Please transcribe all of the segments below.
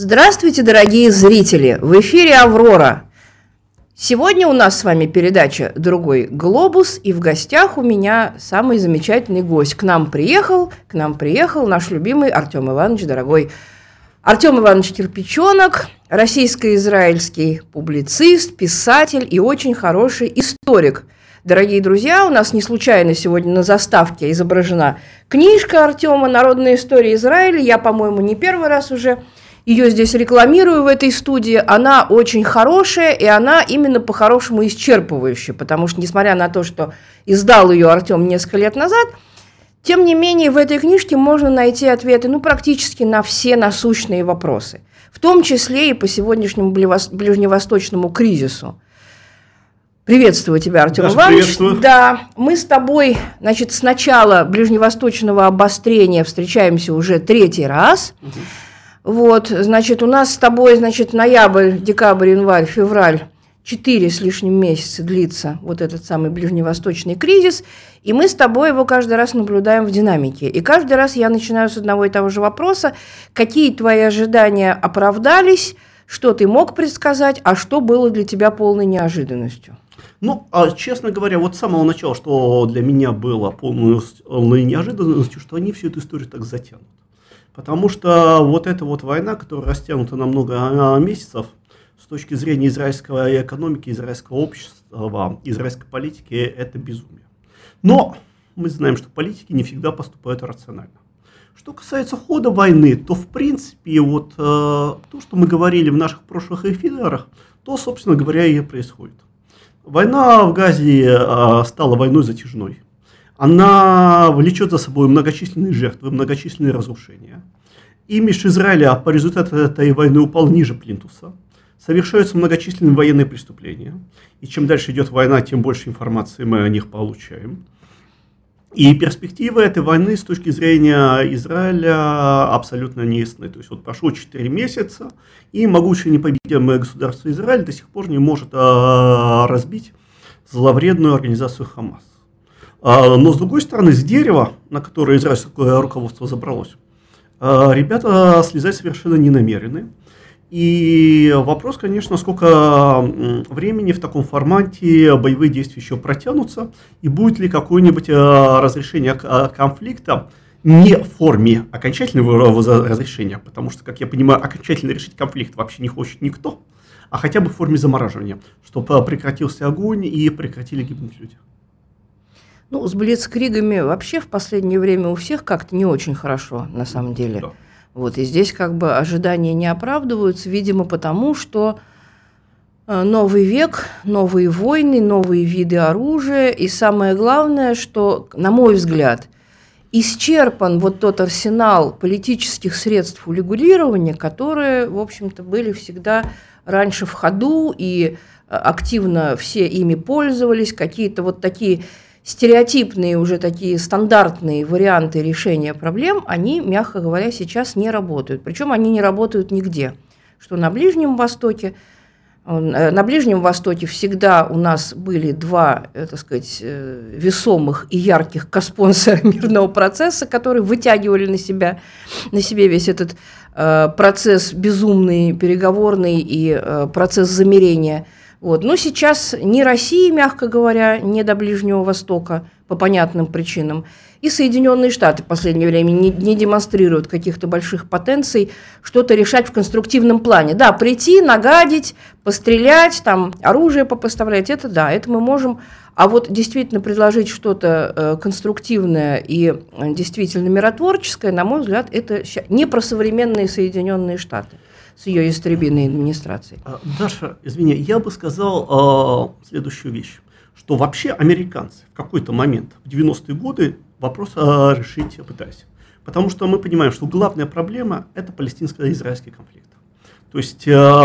Здравствуйте, дорогие зрители! В эфире «Аврора». Сегодня у нас с вами передача «Другой глобус», и в гостях у меня самый замечательный гость. К нам приехал наш любимый Артем Иванович, дорогой Артем Иванович Кирпичонок, российско-израильский публицист, писатель и очень хороший историк. Дорогие друзья, у нас не случайно сегодня на заставке изображена книжка Артема «Народная история Израиля». Я, по-моему, не первый раз уже ее здесь рекламирую в этой студии. Она очень хорошая, и она именно по-хорошему исчерпывающая, потому что, несмотря на то, что издал ее Артем несколько лет назад, тем не менее в этой книжке можно найти ответы практически на все насущные вопросы, в том числе и по сегодняшнему ближневосточному кризису. Приветствую тебя, Артем Иванович. Приветствую. Да, мы с тобой, с начала ближневосточного обострения встречаемся уже третий раз. Вот, у нас с тобой, ноябрь, декабрь, январь, февраль, 4 с лишним месяца длится вот этот самый ближневосточный кризис, и мы с тобой его каждый раз наблюдаем в динамике. И каждый раз я начинаю с одного и того же вопроса: какие твои ожидания оправдались, что ты мог предсказать, а что было для тебя полной неожиданностью? Честно говоря, вот с самого начала, что для меня было полной неожиданностью, что они всю эту историю так затянут. Потому что вот эта вот война, которая растянута на много месяцев, с точки зрения израильской экономики, израильского общества, израильской политики, это безумие. Но мы знаем, что политики не всегда поступают рационально. Что касается хода войны, то в принципе то, что мы говорили в наших прошлых эфирах, то, собственно говоря, и происходит. Война в Газе стала войной затяжной. Она влечет за собой многочисленные жертвы, многочисленные разрушения. Имидж Израиля по результату этой войны упал ниже плинтуса. Совершаются многочисленные военные преступления. И чем дальше идет война, тем больше информации мы о них получаем. И перспективы этой войны с точки зрения Израиля абсолютно неясны. То есть прошло 4 месяца, и могучее непобедимое государство Израиль до сих пор не может разбить зловредную организацию Хамас. Но, с другой стороны, с дерева, на которое израильское руководство забралось, ребята слезать совершенно не намерены. И вопрос, конечно, сколько времени в таком формате боевые действия еще протянутся, и будет ли какое-нибудь разрешение конфликта не в форме окончательного разрешения, потому что, как я понимаю, окончательно решить конфликт вообще не хочет никто, а хотя бы в форме замораживания, чтобы прекратился огонь и прекратили гибнуть люди. С блицкригами вообще в последнее время у всех как-то не очень хорошо, на самом деле. Да. И здесь ожидания не оправдываются, видимо, потому что новый век, новые войны, новые виды оружия, и самое главное, что, на мой взгляд, исчерпан тот арсенал политических средств урегулирования, которые, в общем-то, были всегда раньше в ходу, и активно все ими пользовались, какие-то такие стереотипные, уже такие стандартные варианты решения проблем, они, мягко говоря, сейчас не работают. Причем они не работают нигде. Что на Ближнем Востоке. На Ближнем Востоке всегда у нас были два, весомых и ярких коспонсора мирного процесса, которые вытягивали на себе весь этот процесс безумный, переговорный и процесс замирения. Но сейчас ни России, мягко говоря, ни до Ближнего Востока по понятным причинам, и Соединенные Штаты в последнее время не демонстрируют каких-то больших потенций что-то решать в конструктивном плане. Да, прийти, нагадить, пострелять, оружие попоставлять, это мы можем. А действительно предложить что-то конструктивное и действительно миротворческое, на мой взгляд, это не про современные Соединенные Штаты с ее истребиной администрацией. Даша, извини, я бы сказал следующую вещь, что вообще американцы в какой-то момент, в 90-е годы, вопрос решить пытались. Потому что мы понимаем, что главная проблема – это палестинско-израильский конфликт. То есть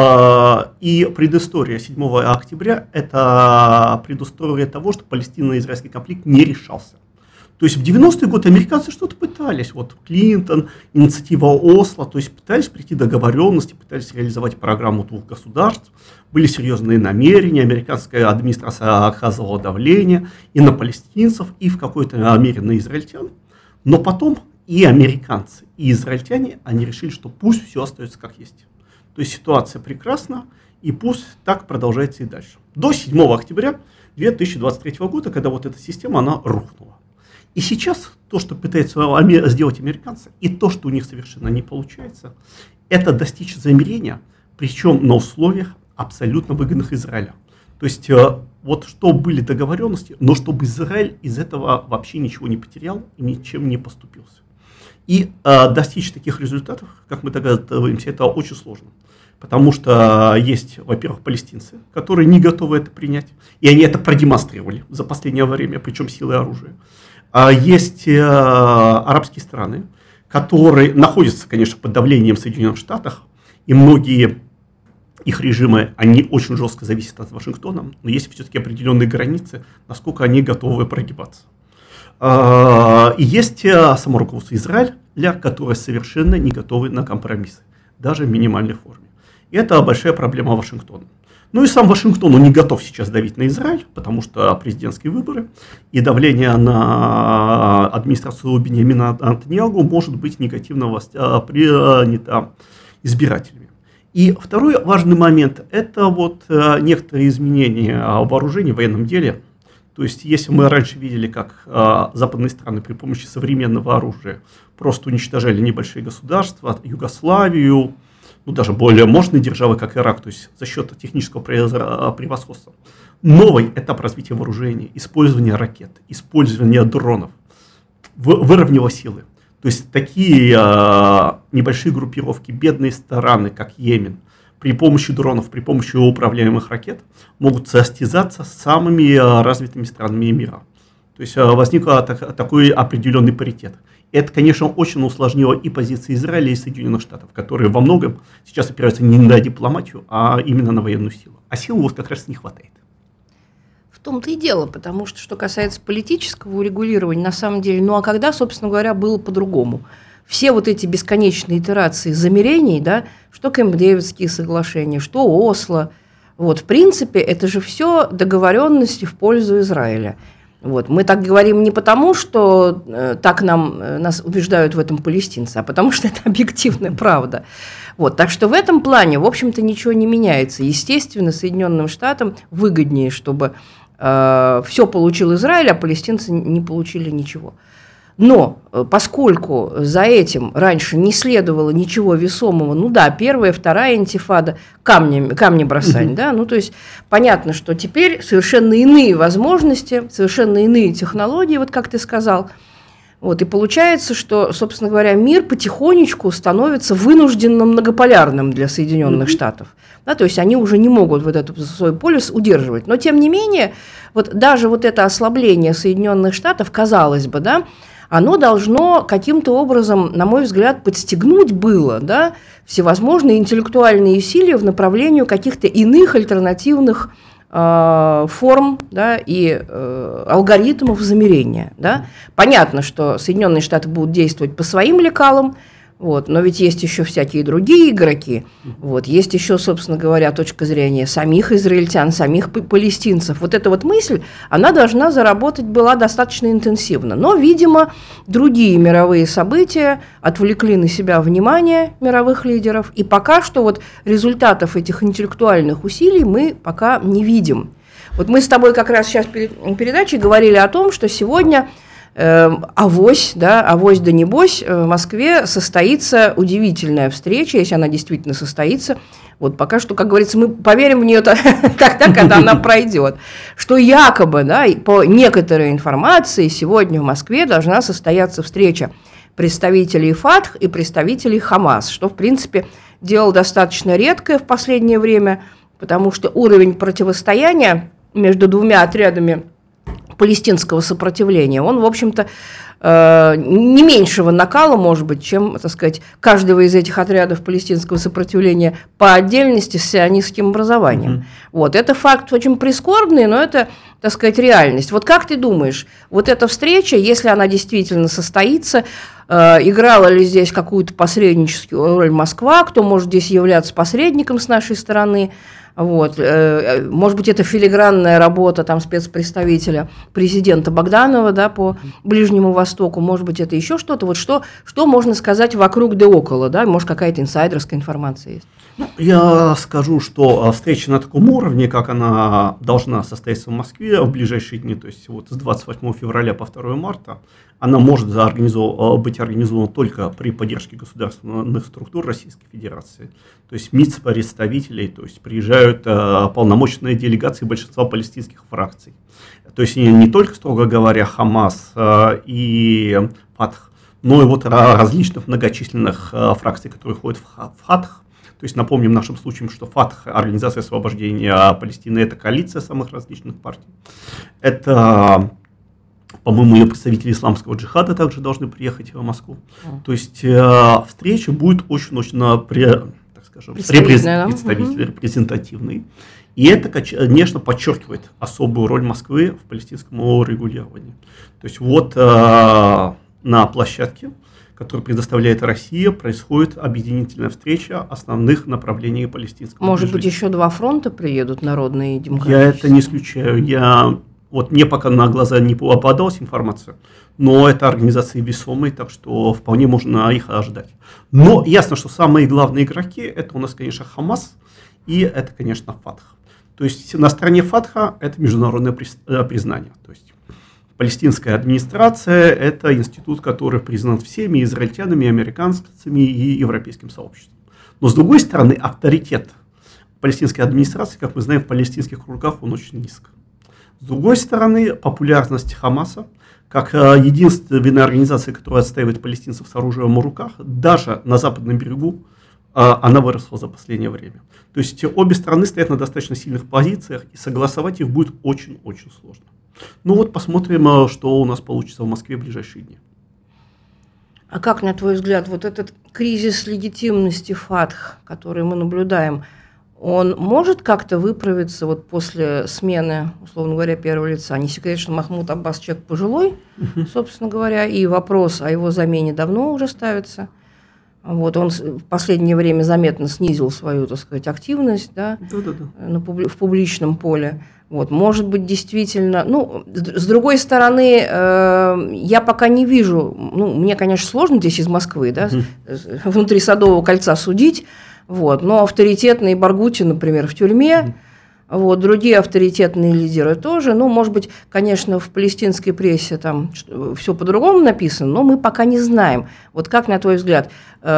и предыстория 7 октября – это предыстория того, что палестино-израильский конфликт не решался. То есть в 90-е годы американцы что-то пытались, Клинтон, инициатива Осло, то есть пытались прийти к договоренности, пытались реализовать программу 2 государств, были серьезные намерения, американская администрация оказывала давление и на палестинцев, и в какой-то мере на израильтян, но потом и американцы, и израильтяне, они решили, что пусть все остается как есть. То есть ситуация прекрасна, и пусть так продолжается и дальше. До 7 октября 2023 года, когда вот эта система, она рухнула. И сейчас то, что пытаются сделать американцы, и то, что у них совершенно не получается, это достичь замирения, причем на условиях абсолютно выгодных Израиля. То есть вот что были договоренности, но чтобы Израиль из этого вообще ничего не потерял и ничем не поступился. И достичь таких результатов, как мы догадываемся, это очень сложно. Потому что есть, во-первых, палестинцы, которые не готовы это принять, и они это продемонстрировали за последнее время, причем силой оружия. Есть арабские страны, которые находятся, конечно, под давлением Соединенных Штатов, и многие их режимы, они очень жестко зависят от Вашингтона, но есть все-таки определенные границы, насколько они готовы прогибаться. И есть само руководство Израиля, которое совершенно не готовы на компромиссы, даже в минимальной форме. И это большая проблема Вашингтона. Ну и сам Вашингтон, он не готов сейчас давить на Израиль, потому что президентские выборы и давление на администрацию Биньямина Нетаньяху может быть негативно принято избирателями. И второй важный момент – это вот некоторые изменения вооружений в военном деле. То есть, если мы раньше видели, как западные страны при помощи современного оружия просто уничтожали небольшие государства, Югославию, ну, даже более мощные державы, как Ирак, то есть за счет технического превосходства. Новый этап развития вооружений, использование ракет, использование дронов выровняло силы. То есть такие небольшие группировки, бедные страны, как Йемен, при помощи дронов, при помощи управляемых ракет могут состязаться с самыми развитыми странами мира. То есть возник такой определенный паритет. Это, конечно, очень усложнило и позиции Израиля, и Соединенных Штатов, которые во многом сейчас опираются не на дипломатию, а именно на военную силу. А силы вот как раз не хватает. В том-то и дело, потому что касается политического урегулирования, на самом деле, ну а когда, собственно говоря, было по-другому? Все вот эти бесконечные итерации замирений, да, что Кэмп-Дэвидские соглашения, что Осло, вот, в принципе, это же все договоренности в пользу Израиля. Вот. Мы так говорим не потому, что так нас убеждают в этом палестинцы, а потому что это объективная правда. Вот. Так что в этом плане, в общем-то, ничего не меняется. Естественно, Соединенным Штатам выгоднее, чтобы все получил Израиль, а палестинцы не получили ничего. Но поскольку за этим раньше не следовало ничего весомого, ну да, первая, вторая интифада, камни бросать, да, ну то есть понятно, что теперь совершенно иные возможности, совершенно иные технологии, вот как ты сказал. Вот, и получается, что, собственно говоря, мир потихонечку становится вынужденно многополярным для Соединенных Штатов. Да, то есть они уже не могут вот этот свой полюс удерживать. Но, тем не менее, вот даже вот это ослабление Соединенных Штатов, казалось бы, да, оно должно каким-то образом, на мой взгляд, подстегнуть было, да, всевозможные интеллектуальные усилия в направлении каких-то иных альтернативных форм, да, и алгоритмов замерения. Да. Понятно, что Соединенные Штаты будут действовать по своим лекалам, вот, но ведь есть еще всякие другие игроки. Вот, есть еще, собственно говоря, точка зрения самих израильтян, самих палестинцев. Вот эта вот мысль, она должна заработать была достаточно интенсивно. Но, видимо, другие мировые события отвлекли на себя внимание мировых лидеров. И пока что вот результатов этих интеллектуальных усилий мы пока не видим. Вот мы с тобой как раз сейчас перед передачей говорили о том, что сегодня авось да небось, в Москве состоится удивительная встреча, если она действительно состоится. Вот пока что, как говорится, мы поверим в нее тогда, когда она пройдет. Что якобы, да, по некоторой информации, сегодня в Москве должна состояться встреча представителей ФАТХ и представителей ХАМАС, что, в принципе, дело достаточно редкое в последнее время, потому что уровень противостояния между двумя отрядами палестинского сопротивления, он, в общем-то, не меньшего накала, может быть, чем, так сказать, каждого из этих отрядов палестинского сопротивления по отдельности с сионистским образованием. Вот, это факт очень прискорбный, но это, так сказать, реальность. Вот как ты думаешь, вот эта встреча, если она действительно состоится, играла ли здесь какую-то посредническую роль Москва, кто может здесь являться посредником с нашей стороны? Вот. Может быть, это филигранная работа там, спецпредставителя президента Богданова, да, по Ближнему Востоку, может быть, это еще что-то. Вот что можно сказать вокруг да около, да? Может, какая-то инсайдерская информация есть? Я скажу, что встреча на таком уровне, как она должна состояться в Москве в ближайшие дни, то есть вот с 28 февраля по 2 марта, она может быть организована только при поддержке государственных структур Российской Федерации, то есть МИД представителей, то есть приезжают полномочные делегации большинства палестинских фракций. То есть не только, строго говоря, Хамас и Фатх, но и вот различных многочисленных фракций, которые входят в Фатх. То есть напомним нашим случаем, что ФАТХ, Организация освобождения Палестины, это коалиция самых различных партий. Это, по-моему, ее представители исламского джихада также должны приехать в Москву. То есть встреча будет очень-очень репрезентативной. И это, конечно, подчеркивает особую роль Москвы в палестинском урегулировании. То есть вот на площадке, которую предоставляет Россия, происходит объединительная встреча основных направлений палестинского Может движения. быть, еще 2 фронта приедут, народные и демократические? Я это не исключаю. Вот мне пока на глаза не попадалась информация, но это организации весомые, так что вполне можно их ожидать. Но ясно, что самые главные игроки, это у нас, конечно, Хамас и это, конечно, Фатх. То есть на стороне Фатха это международное признание. То есть палестинская администрация – это институт, который признан всеми израильтянами, американцами и европейским сообществом. Но, с другой стороны, авторитет палестинской администрации, как мы знаем, в палестинских кругах он очень низк. С другой стороны, популярность Хамаса, как единственная организация, которая отстаивает палестинцев с оружием в руках, даже на западном берегу, она выросла за последнее время. То есть обе стороны стоят на достаточно сильных позициях, и согласовать их будет очень-очень сложно. Ну вот посмотрим, что у нас получится в Москве в ближайшие дни. А как, на твой взгляд, вот этот кризис легитимности ФАТХ, который мы наблюдаем, он может как-то выправиться вот после смены, условно говоря, первого лица? Не секрет, что Махмуд Аббас человек пожилой, собственно говоря, и вопрос о его замене давно уже ставится. Вот, он в последнее время заметно снизил свою, так сказать, активность, да, в публичном поле. Вот, может быть, действительно, ну, с другой стороны, я пока не вижу, ну, мне, конечно, сложно здесь из Москвы, да, внутри Садового кольца судить, вот, но авторитетный Баргути, например, в тюрьме, вот, другие авторитетные лидеры тоже, ну, может быть, конечно, в палестинской прессе там все по-другому написано, но мы пока не знаем. Вот как, на твой взгляд,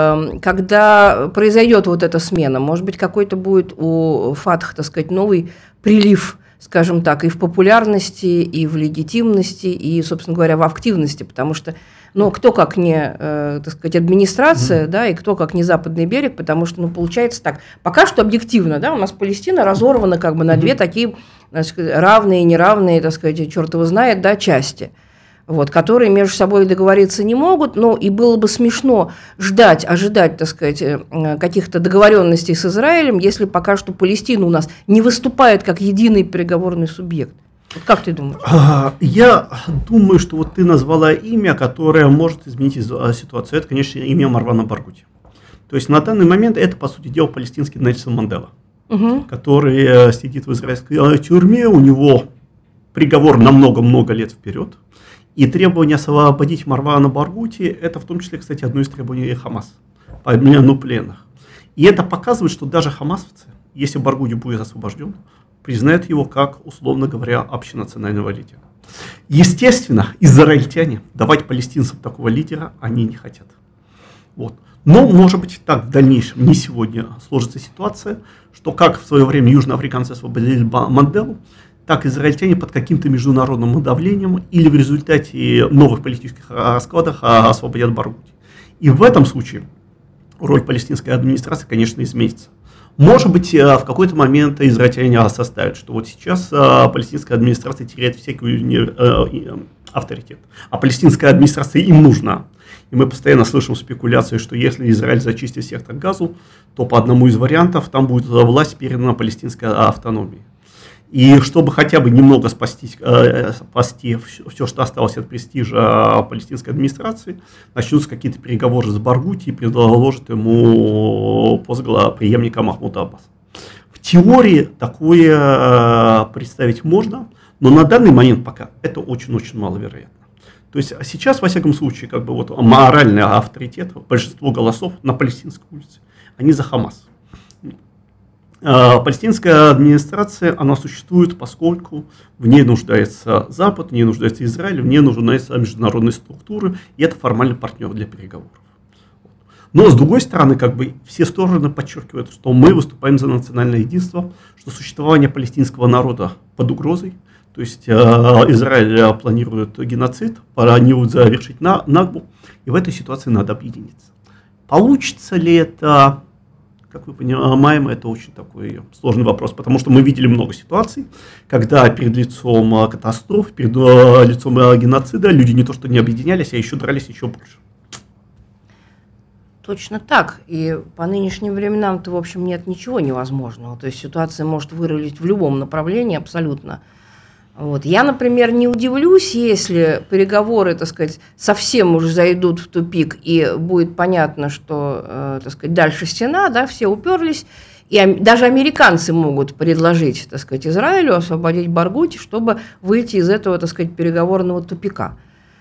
когда произойдет вот эта смена, может быть, какой-то будет у Фатх, так сказать, новый прилив, скажем так, и в популярности, и в легитимности, и, собственно говоря, в активности, потому что, ну, кто как не, так сказать, администрация, да, и кто как не Западный берег, потому что, ну, получается так, пока что объективно, да, у нас Палестина разорвана как бы на две такие, так сказать, равные, неравные, так сказать, черт его знает, да, части, вот, которые между собой договориться не могут, но и было бы смешно ожидать, так сказать, каких-то договоренностей с Израилем, если пока что Палестина у нас не выступает как единый переговорный субъект. Вот как ты думаешь? Я думаю, что вот ты назвала имя, которое может изменить ситуацию. Это, конечно, имя Марвана Баргути. То есть на данный момент это, по сути дела, палестинский Нельсон Мандела, который сидит в израильской тюрьме, у него приговор на много-много лет вперед. И требование освободить Марвана Баргути, это в том числе, кстати, одно из требований Хамас по обмену пленных. И это показывает, что даже хамасовцы, если Баргути будет освобожден, признают его как, условно говоря, общенационального лидера. Естественно, израильтяне давать палестинцам такого лидера они не хотят. Вот. Но, может быть, так в дальнейшем, не сегодня, сложится ситуация, что как в свое время южноафриканцы освободили Манделу, так израильтяне под каким-то международным давлением или в результате новых политических раскладов освободят Баргути. И в этом случае роль палестинской администрации, конечно, изменится. Может быть, в какой-то момент израильтяне составят, что вот сейчас палестинская администрация теряет всякий авторитет, а палестинская администрация им нужна. И мы постоянно слышим спекуляции, что если Израиль зачистит сектор Газу, то по одному из вариантов там будет власть передана палестинской автономии. И чтобы хотя бы немного спасти все, что осталось от престижа палестинской администрации, начнутся какие-то переговоры с Баргути и предложат ему пост преемника Махмуда Аббаса. В теории такое представить можно, но на данный момент пока это очень-очень маловероятно. То есть сейчас, во всяком случае, как бы вот моральный авторитет, большинство голосов на палестинской улице, они за Хамас. Палестинская администрация, она существует, поскольку в ней нуждается Запад, в ней нуждается Израиль, в ней нуждаются международные структуры, и это формальный партнер для переговоров. Но, с другой стороны, как бы все стороны подчеркивают, что мы выступаем за национальное единство, что существование палестинского народа под угрозой. То есть Израиль планирует геноцид, планирует завершить Накбу, и в этой ситуации надо объединиться. Получится ли это, как вы понимаем, это очень такой сложный вопрос, потому что мы видели много ситуаций, когда перед лицом катастроф, перед лицом геноцида люди не то что не объединялись, а еще дрались еще больше. Точно так. И по нынешним временам-то, в общем, нет ничего невозможного. То есть ситуация может вырулить в любом направлении абсолютно. Вот. Я, например, не удивлюсь, если переговоры, так сказать, совсем уже зайдут в тупик, и будет понятно, что, так сказать, дальше стена, да, все уперлись, и даже американцы могут предложить, так сказать, Израилю освободить Баргути, чтобы выйти из этого, так сказать, переговорного тупика.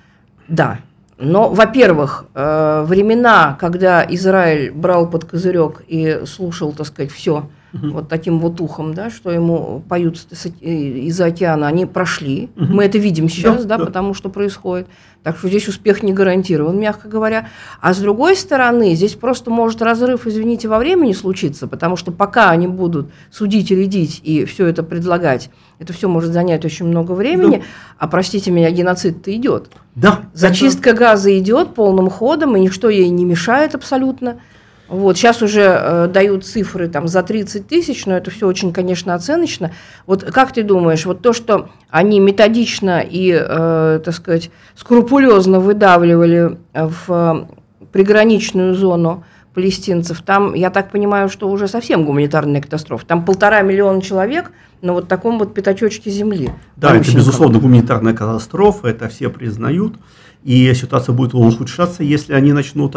Да. Но, во-первых, времена, когда Израиль брал под козырек и слушал, так сказать, все вот таким вот ухом, да, что ему поют из-за океана, они прошли. Мы это видим сейчас, да, потому что происходит. Так что здесь успех не гарантирован, мягко говоря. А с другой стороны, здесь просто может разрыв, извините, во времени случиться, потому что пока они будут судить и рядить и все это предлагать, это все может занять очень много времени, а, простите меня, геноцид-то идет. Да. Зачистка газа идет полным ходом, и ничто ей не мешает абсолютно. Вот, сейчас уже дают цифры там, за 30 тысяч, но это все очень, конечно, оценочно. Вот как ты думаешь, вот то, что они методично и, так сказать, скрупулезно выдавливали в приграничную зону палестинцев, там, я так понимаю, что уже совсем гуманитарная катастрофа. Там 1,5 миллиона человек на вот таком вот пятачочке земли. Да, это, безусловно, гуманитарная катастрофа, это все признают. И ситуация будет ухудшаться, если они начнут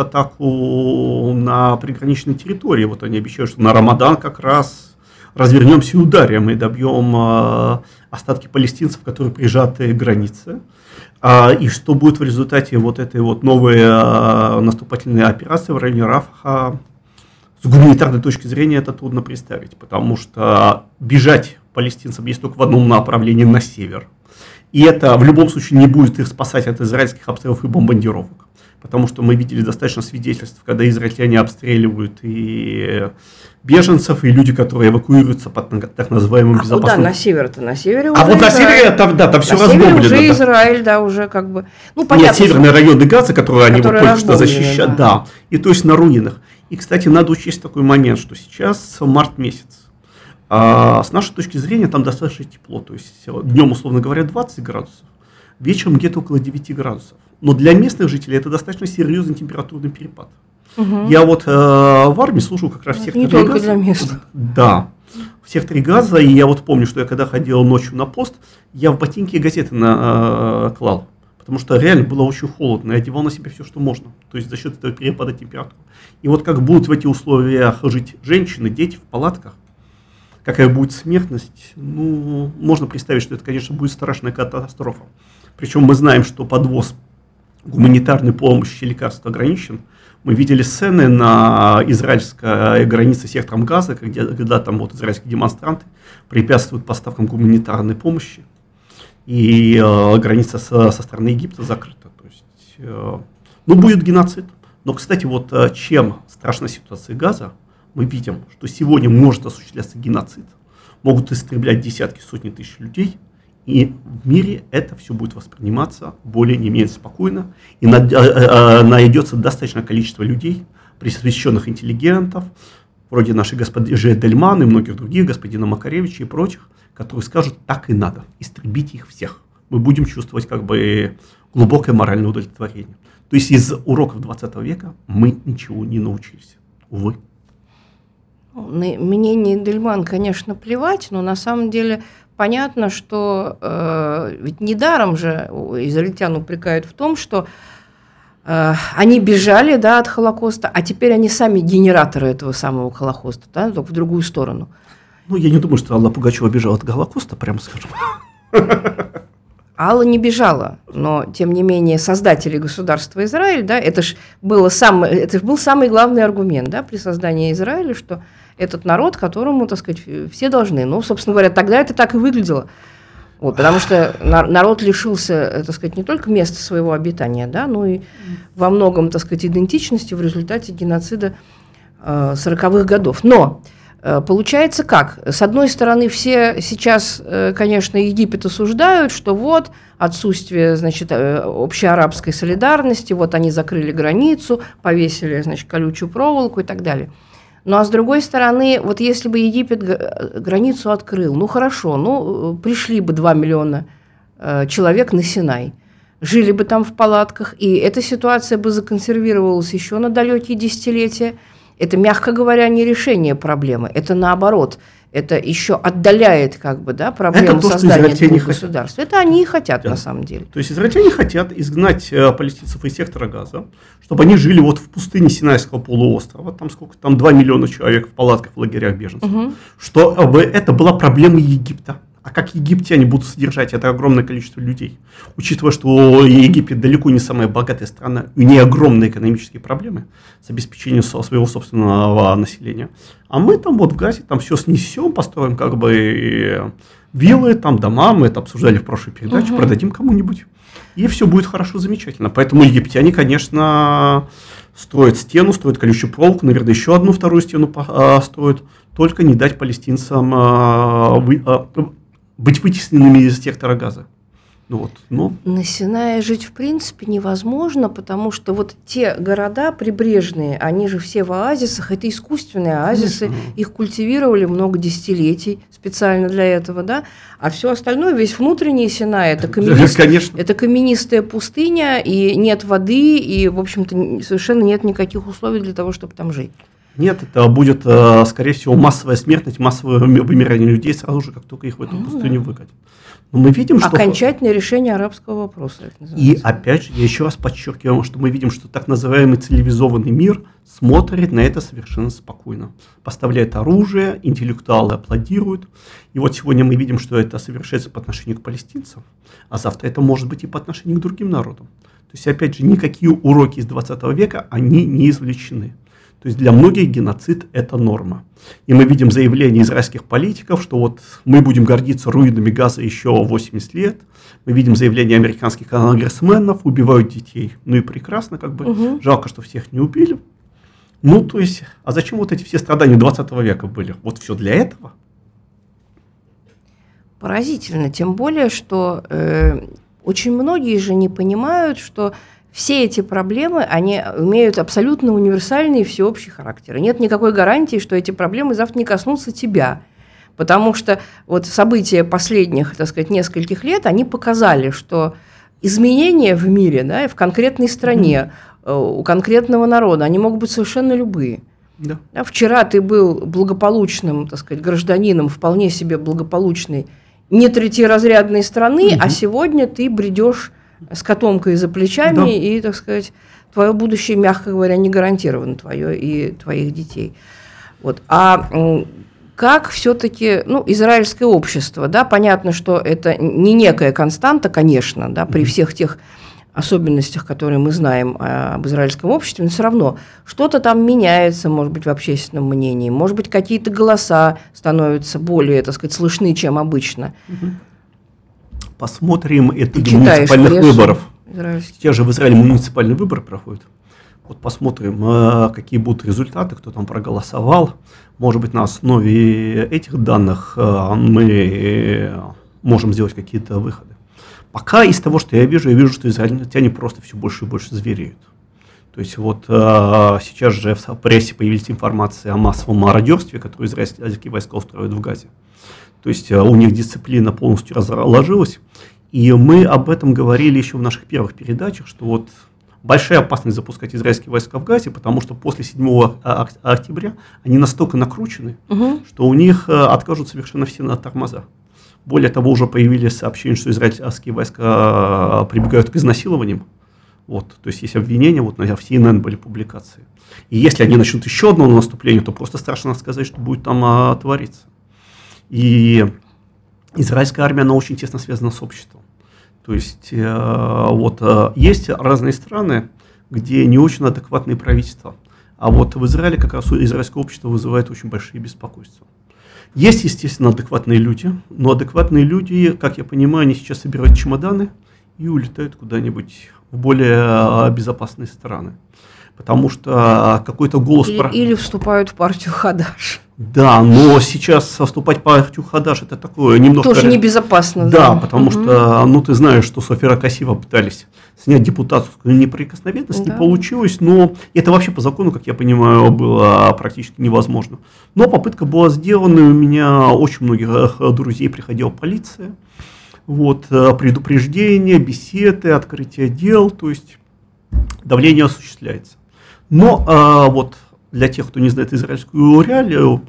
атаку на приграничной территории. Вот они обещают, что на Рамадан как раз развернемся и ударим, и добьем остатки палестинцев, которые прижаты к границе. И что будет в результате вот этой вот новой наступательной операции в районе Рафаха, с гуманитарной точки зрения это трудно представить, потому что бежать палестинцам есть только в одном направлении, на север. И это в любом случае не будет их спасать от израильских обстрелов и бомбардировок. Потому что мы видели достаточно свидетельств, когда израильтяне обстреливают и беженцев, и люди, которые эвакуируются под так называемым безопасным... Куда на север-то? На севере уже вот Израиль. На севере там все разбомблено. На севере уже Израиль, да, уже как бы... Ну, понятно, нет, северные районы Газа, которые они вот только что защищают, да. И то есть на руинах. И, кстати, надо учесть такой момент, что сейчас март месяц. С нашей точки зрения там достаточно тепло, то есть днем, условно говоря, 20 градусов, вечером где-то около 9 градусов. Но для местных жителей это достаточно серьезный температурный перепад. Угу. Я вот в армии служу как раз в секторе Газа. Не только для местных. Да, в секторе Газа, и я вот помню, что я когда ходил ночью на пост, я в ботинки газеты клал, потому что реально было очень холодно, я одевал на себя все, что можно, то есть за счет этого перепада температуры. И вот как будут в этих условиях жить женщины, дети в палатках, какая будет смертность, ну, можно представить, что это, конечно, будет страшная катастрофа. Причем мы знаем, что подвоз гуманитарной помощи и лекарств ограничен. Мы видели сцены на израильской границе с сектором Газа, когда там вот израильские демонстранты препятствуют поставкам гуманитарной помощи, и граница со стороны Египта закрыта. То есть, ну, будет геноцид. Но, кстати, вот чем страшна ситуация Газа, мы видим, что сегодня может осуществляться геноцид, могут истреблять десятки, сотни тысяч людей, и в мире это все будет восприниматься более не менее спокойно, и найдется достаточное количество людей, просвещенных интеллигентов, вроде нашей госпожи Дельман и многих других, господина Макаревича и прочих, которые скажут, так и надо, истребить их всех. Мы будем чувствовать как бы глубокое моральное удовлетворение. То есть из уроков 20 века мы ничего не научились, увы. На мнение Дельман, конечно, плевать, но на самом деле понятно, что ведь недаром же израильтян упрекают в том, что они бежали, да, от Холокоста, а теперь они сами генераторы этого самого Холокоста, да, только в другую сторону. Ну, я не думаю, что Алла Пугачева бежала от Холокоста, прямо скажем. Алла не бежала, но, тем не менее, создатели государства Израиль, да, это был самый главный аргумент, да, при создании Израиля, что этот народ, которому, так сказать, все должны. Ну, собственно говоря, тогда это так и выглядело. Вот, потому что народ лишился, так сказать, не только места своего обитания, да, но и во многом, так сказать, идентичности в результате геноцида 40-х годов. Но получается как? С одной стороны, все сейчас, конечно, Египет осуждают, что вот отсутствие, значит, общеарабской солидарности, вот они закрыли границу, повесили, значит, колючую проволоку и так далее. Ну, а с другой стороны, вот если бы Египет границу открыл, ну, хорошо, ну, пришли бы 2 миллиона человек на Синай, жили бы там в палатках, и эта ситуация бы законсервировалась еще на далекие десятилетия. Это, мягко говоря, не решение проблемы, это наоборот, это еще отдаляет как бы, да, проблему создания двух государств. Это они и хотят, на самом деле. То есть израильтяне хотят изгнать палестинцев из сектора Газа, чтобы они жили вот в пустыне Синайского полуострова, там сколько, там 2 миллиона человек в палатках, в лагерях беженцев, чтобы это была проблема Египта. А как египтяне будут содержать это огромное количество людей? Учитывая, что Египет далеко не самая богатая страна, у нее огромные экономические проблемы с обеспечением своего собственного населения. А мы там вот в Газе там все снесем, построим как бы виллы, там дома, мы это обсуждали в прошлой передаче, продадим кому-нибудь. И все будет хорошо, замечательно. Поэтому египтяне, конечно, строят стену, строят колючую проволоку, наверное, еще одну вторую стену строят, только не дать палестинцам быть вытесненными из сектора Газа. Ну вот, но... На Синае жить в принципе невозможно, потому что вот те города прибрежные, они же все в оазисах, это искусственные оазисы, их культивировали много десятилетий специально для этого, да, а все остальное, весь внутренний Синай, это каменистая пустыня, и нет воды, и, в общем-то, совершенно нет никаких условий для того, чтобы там жить. Нет, это будет, скорее всего, массовая смертность, массовое вымирание людей сразу же, как только их в эту пустыню выкатят. Но мы видим, что... Окончательное решение арабского вопроса. И опять же, я еще раз подчеркиваю, что мы видим, что так называемый цивилизованный мир смотрит на это совершенно спокойно. Поставляет оружие, интеллектуалы аплодируют. И вот сегодня мы видим, что это совершается по отношению к палестинцам, а завтра это может быть и по отношению к другим народам. То есть, опять же, никакие уроки из 20 века, они не извлечены. То есть для многих геноцид – это норма. И мы видим заявления израильских политиков, что вот мы будем гордиться руинами Газа еще 80 лет. Мы видим заявления американских конгрессменов, убивают детей. Ну и прекрасно, как бы, жалко, что всех не убили. Ну, то есть, а зачем вот эти все страдания 20 века были? Вот все для этого? Поразительно, тем более, что очень многие же не понимают, что все эти проблемы, они имеют абсолютно универсальный и всеобщий характер. И нет никакой гарантии, что эти проблемы завтра не коснутся тебя. Потому что вот события последних, так сказать, нескольких лет, они показали, что изменения в мире, да, и в конкретной стране, у конкретного народа, они могут быть совершенно любые. Да. Да, вчера ты был благополучным, так сказать, гражданином, вполне себе благополучной, не третьеразрядной страны, а сегодня ты бредешь с котомкой за плечами, и, так сказать, твое будущее, мягко говоря, не гарантировано, твое и твоих детей. Вот. А как все-таки, ну, израильское общество, да, понятно, что это не некая константа, конечно, да, при всех тех особенностях, которые мы знаем об израильском обществе, но все равно что-то там меняется, может быть, в общественном мнении, может быть, какие-то голоса становятся более, так сказать, слышны, чем обычно. Посмотрим итоги муниципальных выборов. Те же в Израиле муниципальные выборы проходят. Вот посмотрим, какие будут результаты, кто там проголосовал. Может быть, на основе этих данных мы можем сделать какие-то выходы. Пока из того, что я вижу, что израильтяне просто все больше и больше звереют. То есть вот сейчас же в прессе появилась информация о массовом мародерстве, которое израильские войска устраивают в Газе. То есть у них дисциплина полностью разложилась. И мы об этом говорили еще в наших первых передачах, что вот большая опасность запускать израильские войска в Газе, потому что после 7 октября они настолько накручены, что у них откажут совершенно все на тормоза. Более того, уже появились сообщения, что израильские войска прибегают к изнасилованиям. Вот, то есть есть обвинения, вот в CNN были публикации. И если они начнут еще одно наступление, то просто страшно сказать, что будет там твориться. И израильская армия, она очень тесно связана с обществом. То есть вот есть разные страны, где не очень адекватные правительства. А вот в Израиле как раз израильское общество вызывает очень большие беспокойства. Есть, естественно, адекватные люди, но адекватные люди, как я понимаю, они сейчас собирают чемоданы и улетают куда-нибудь в более безопасные страны. Потому что какой-то голос... Или вступают в партию Хадаш. Да, но сейчас вступать в партию Хадаш это такое немножко... Тоже небезопасно. Да, потому что, ты знаешь, что Софера Кассива пытались снять депутатскую неприкосновенность, не получилось, но это вообще по закону, как я понимаю, было практически невозможно. Но попытка была сделана, и у меня очень многих друзей приходила полиция, предупреждения, беседы, открытие дел, то есть давление осуществляется. Но для тех, кто не знает израильскую реалию,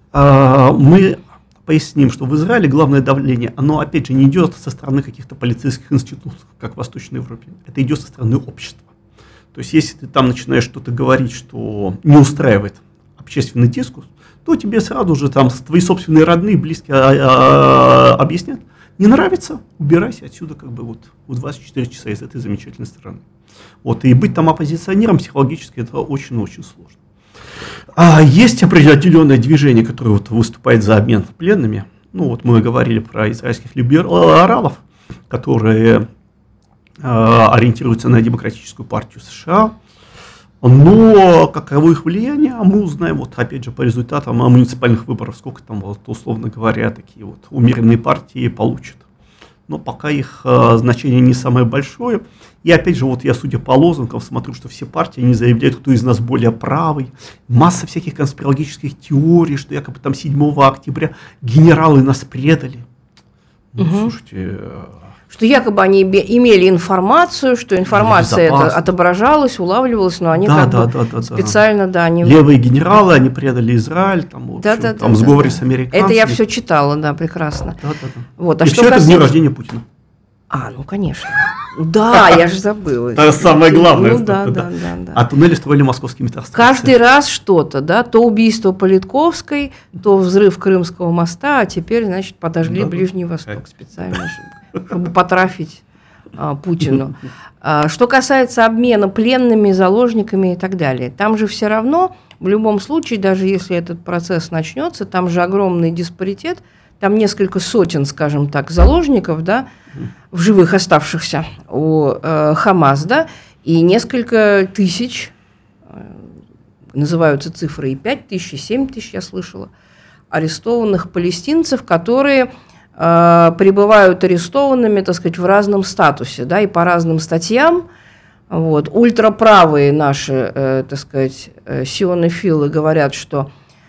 мы поясним, что в Израиле главное давление, оно опять же не идет со стороны каких-то полицейских институтов, как в Восточной Европе, это идет со стороны общества. То есть если ты там начинаешь что-то говорить, что не устраивает общественный дискурс, то тебе сразу же там твои собственные родные, близкие объяснят, не нравится, убирайся отсюда в 24 часа из этой замечательной страны. И быть там оппозиционером психологически это очень-очень сложно. Есть определенное движение, которое выступает за обмен пленными. Мы говорили про израильских либералов, которые ориентируются на демократическую партию США. Но каково их влияние, мы узнаем, опять же, по результатам муниципальных выборов, сколько там, условно говоря, такие умеренные партии получат. Но пока их значение не самое большое. И опять же, я, судя по лозунгам, смотрю, что все партии, они заявляют, кто из нас более правый. Масса всяких конспирологических теорий, что якобы там 7 октября генералы нас предали. Слушайте... Что якобы они имели информацию, что информация эта отображалась, улавливалась, но они специально, они... Левые генералы, они предали Израиль, в сговоре с американцами. Это я все читала, да, прекрасно. И все это в день рождения Путина. Конечно. Да, я же забыла. Это самое главное. Да. А туннели строили московскими метростроители. Каждый раз что-то, да, то убийство Политковской, то взрыв Крымского моста, а теперь, значит, подожгли Ближний Восток специально, чтобы потрафить Путину. Что касается обмена пленными, заложниками и так далее, там же все равно, в любом случае, даже если этот процесс начнется, там же огромный диспаритет, там несколько сотен, скажем так, заложников, да, в живых оставшихся у Хамас, да, и несколько тысяч, называются цифры и 5 тысяч, и 7 тысяч, я слышала, арестованных палестинцев, которые пребывают арестованными, так сказать, в разном статусе, да, и по разным статьям. Ультраправые наши, так сказать, сионофилы говорят, что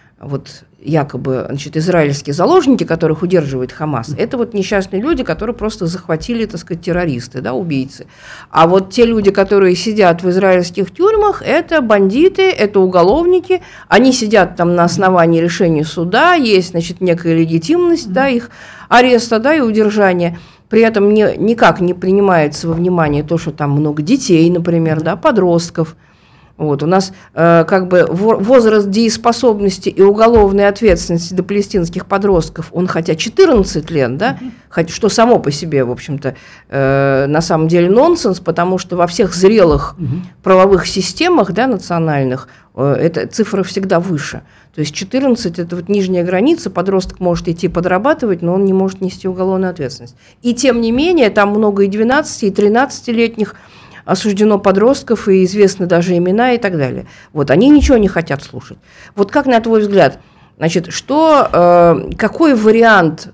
якобы, израильские заложники, которых удерживает Хамас, это несчастные люди, которые просто захватили, так сказать, террористы, да, убийцы. А те люди, которые сидят в израильских тюрьмах, это бандиты, это уголовники, они сидят там на основании решения суда, есть, значит, некая легитимность, да, их ареста, да, и удержания. При этом никак не принимается во внимание то, что там много детей, например, да, подростков. У нас возраст дееспособности и уголовной ответственности для палестинских подростков, он хотя 14 лет, да, что само по себе, в общем-то, на самом деле нонсенс, потому что во всех зрелых правовых системах, да, национальных, эта цифра всегда выше. То есть 14 – это нижняя граница, подросток может идти подрабатывать, но он не может нести уголовную ответственность. И тем не менее, там много и 12, и 13-летних осуждено подростков, и известны даже имена и так далее. Они ничего не хотят слушать. Как, на твой взгляд, значит, какой вариант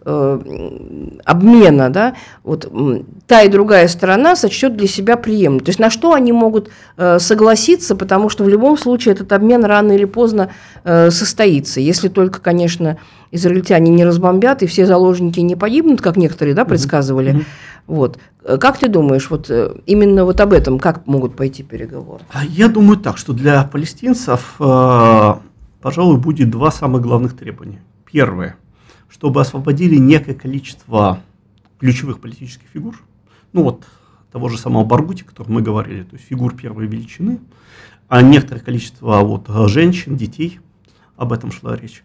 обмена, да, та и другая сторона сочтет для себя приемлемым? То есть на что они могут согласиться, потому что в любом случае этот обмен рано или поздно состоится, если только, конечно, израильтяне не разбомбят и все заложники не погибнут, как некоторые, да, предсказывали. Как ты думаешь, именно об этом, как могут пойти переговоры? Я думаю так, что для палестинцев, пожалуй, будет 2 самых главных требования. Первое, чтобы освободили некое количество ключевых политических фигур, того же самого Баргути, о котором мы говорили, то есть фигур первой величины, а некоторое количество женщин, детей, об этом шла речь.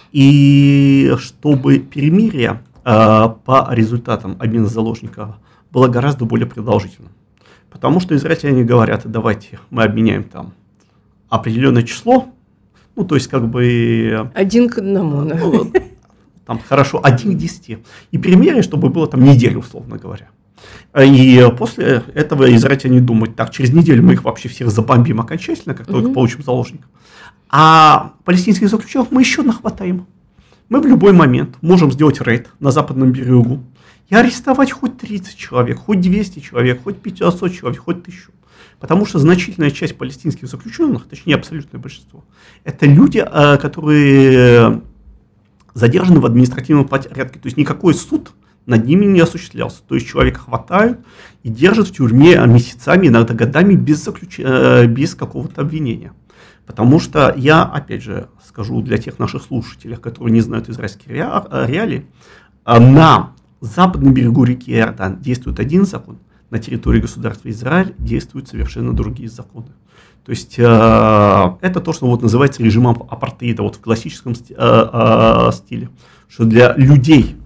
И чтобы перемирие по результатам обмена заложников было гораздо более продолжительным. Потому что израильтяне говорят, давайте мы обменяем там определенное число, ну, то есть, как бы... 1 к 1, да. Там, хорошо, 1 к 10. И примеры, чтобы было там неделю, условно говоря. И после этого израильтяне думают, так, через неделю мы их вообще всех забомбим окончательно, как только получим заложников. А палестинских заключенных мы еще нахватаем. Мы в любой момент можем сделать рейд на западном берегу и арестовать хоть 30 человек, хоть 200 человек, хоть 500 человек, хоть 1000. Потому что значительная часть палестинских заключенных, точнее абсолютное большинство, это люди, которые задержаны в административном порядке. То есть никакой суд над ними не осуществлялся. То есть человека хватают и держат в тюрьме месяцами, иногда годами без какого-то обвинения. Потому что я, опять же, скажу для тех наших слушателей, которые не знают израильские реалии, на западном берегу реки Иордан действует один закон, на территории государства Израиль действуют совершенно другие законы. То есть это то, что вот называется режимом апартеида, вот в классическом стиле, что для людей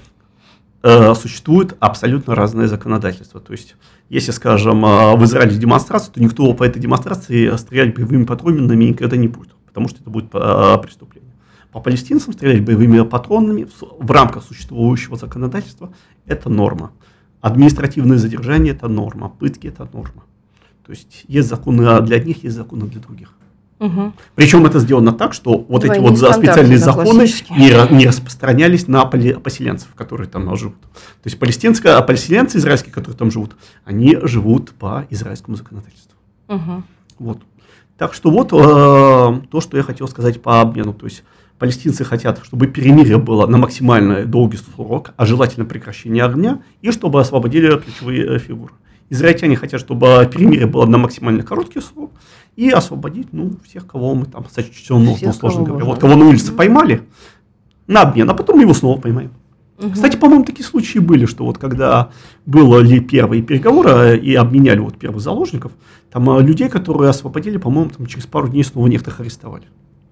существует абсолютно разное законодательство. То есть, если, скажем, в Израиле демонстрация, то никто по этой демонстрации стрелять боевыми патронами никогда не будет, потому что это будет преступление. По палестинцам стрелять боевыми патронами в рамках существующего законодательства – это норма. Административное задержание – это норма, пытки – это норма. То есть, есть законы для одних, есть законы для других. Угу. Причем это сделано так, что вот эти вот специальные законы не распространялись на поселенцев, которые там живут. То есть поселенцы израильские, которые там живут, они живут по израильскому законодательству. Угу. Вот. Так что вот то, что я хотел сказать по обмену. То есть палестинцы хотят, чтобы перемирие было на максимально долгий срок, а желательно прекращение огня, и чтобы освободили ключевые фигуры. Израильтяне хотят, чтобы перемирие было на максимально короткий срок и освободить всех, кого мы там сочтем нужным, сложно говоря. Вот кого на улице поймали, на обмен, а потом мы его снова поймаем. Кстати, по-моему, такие случаи были, что вот когда были первые переговоры и обменяли вот первых заложников, там людей, которые освободили, по-моему, там через пару дней снова некоторых арестовали.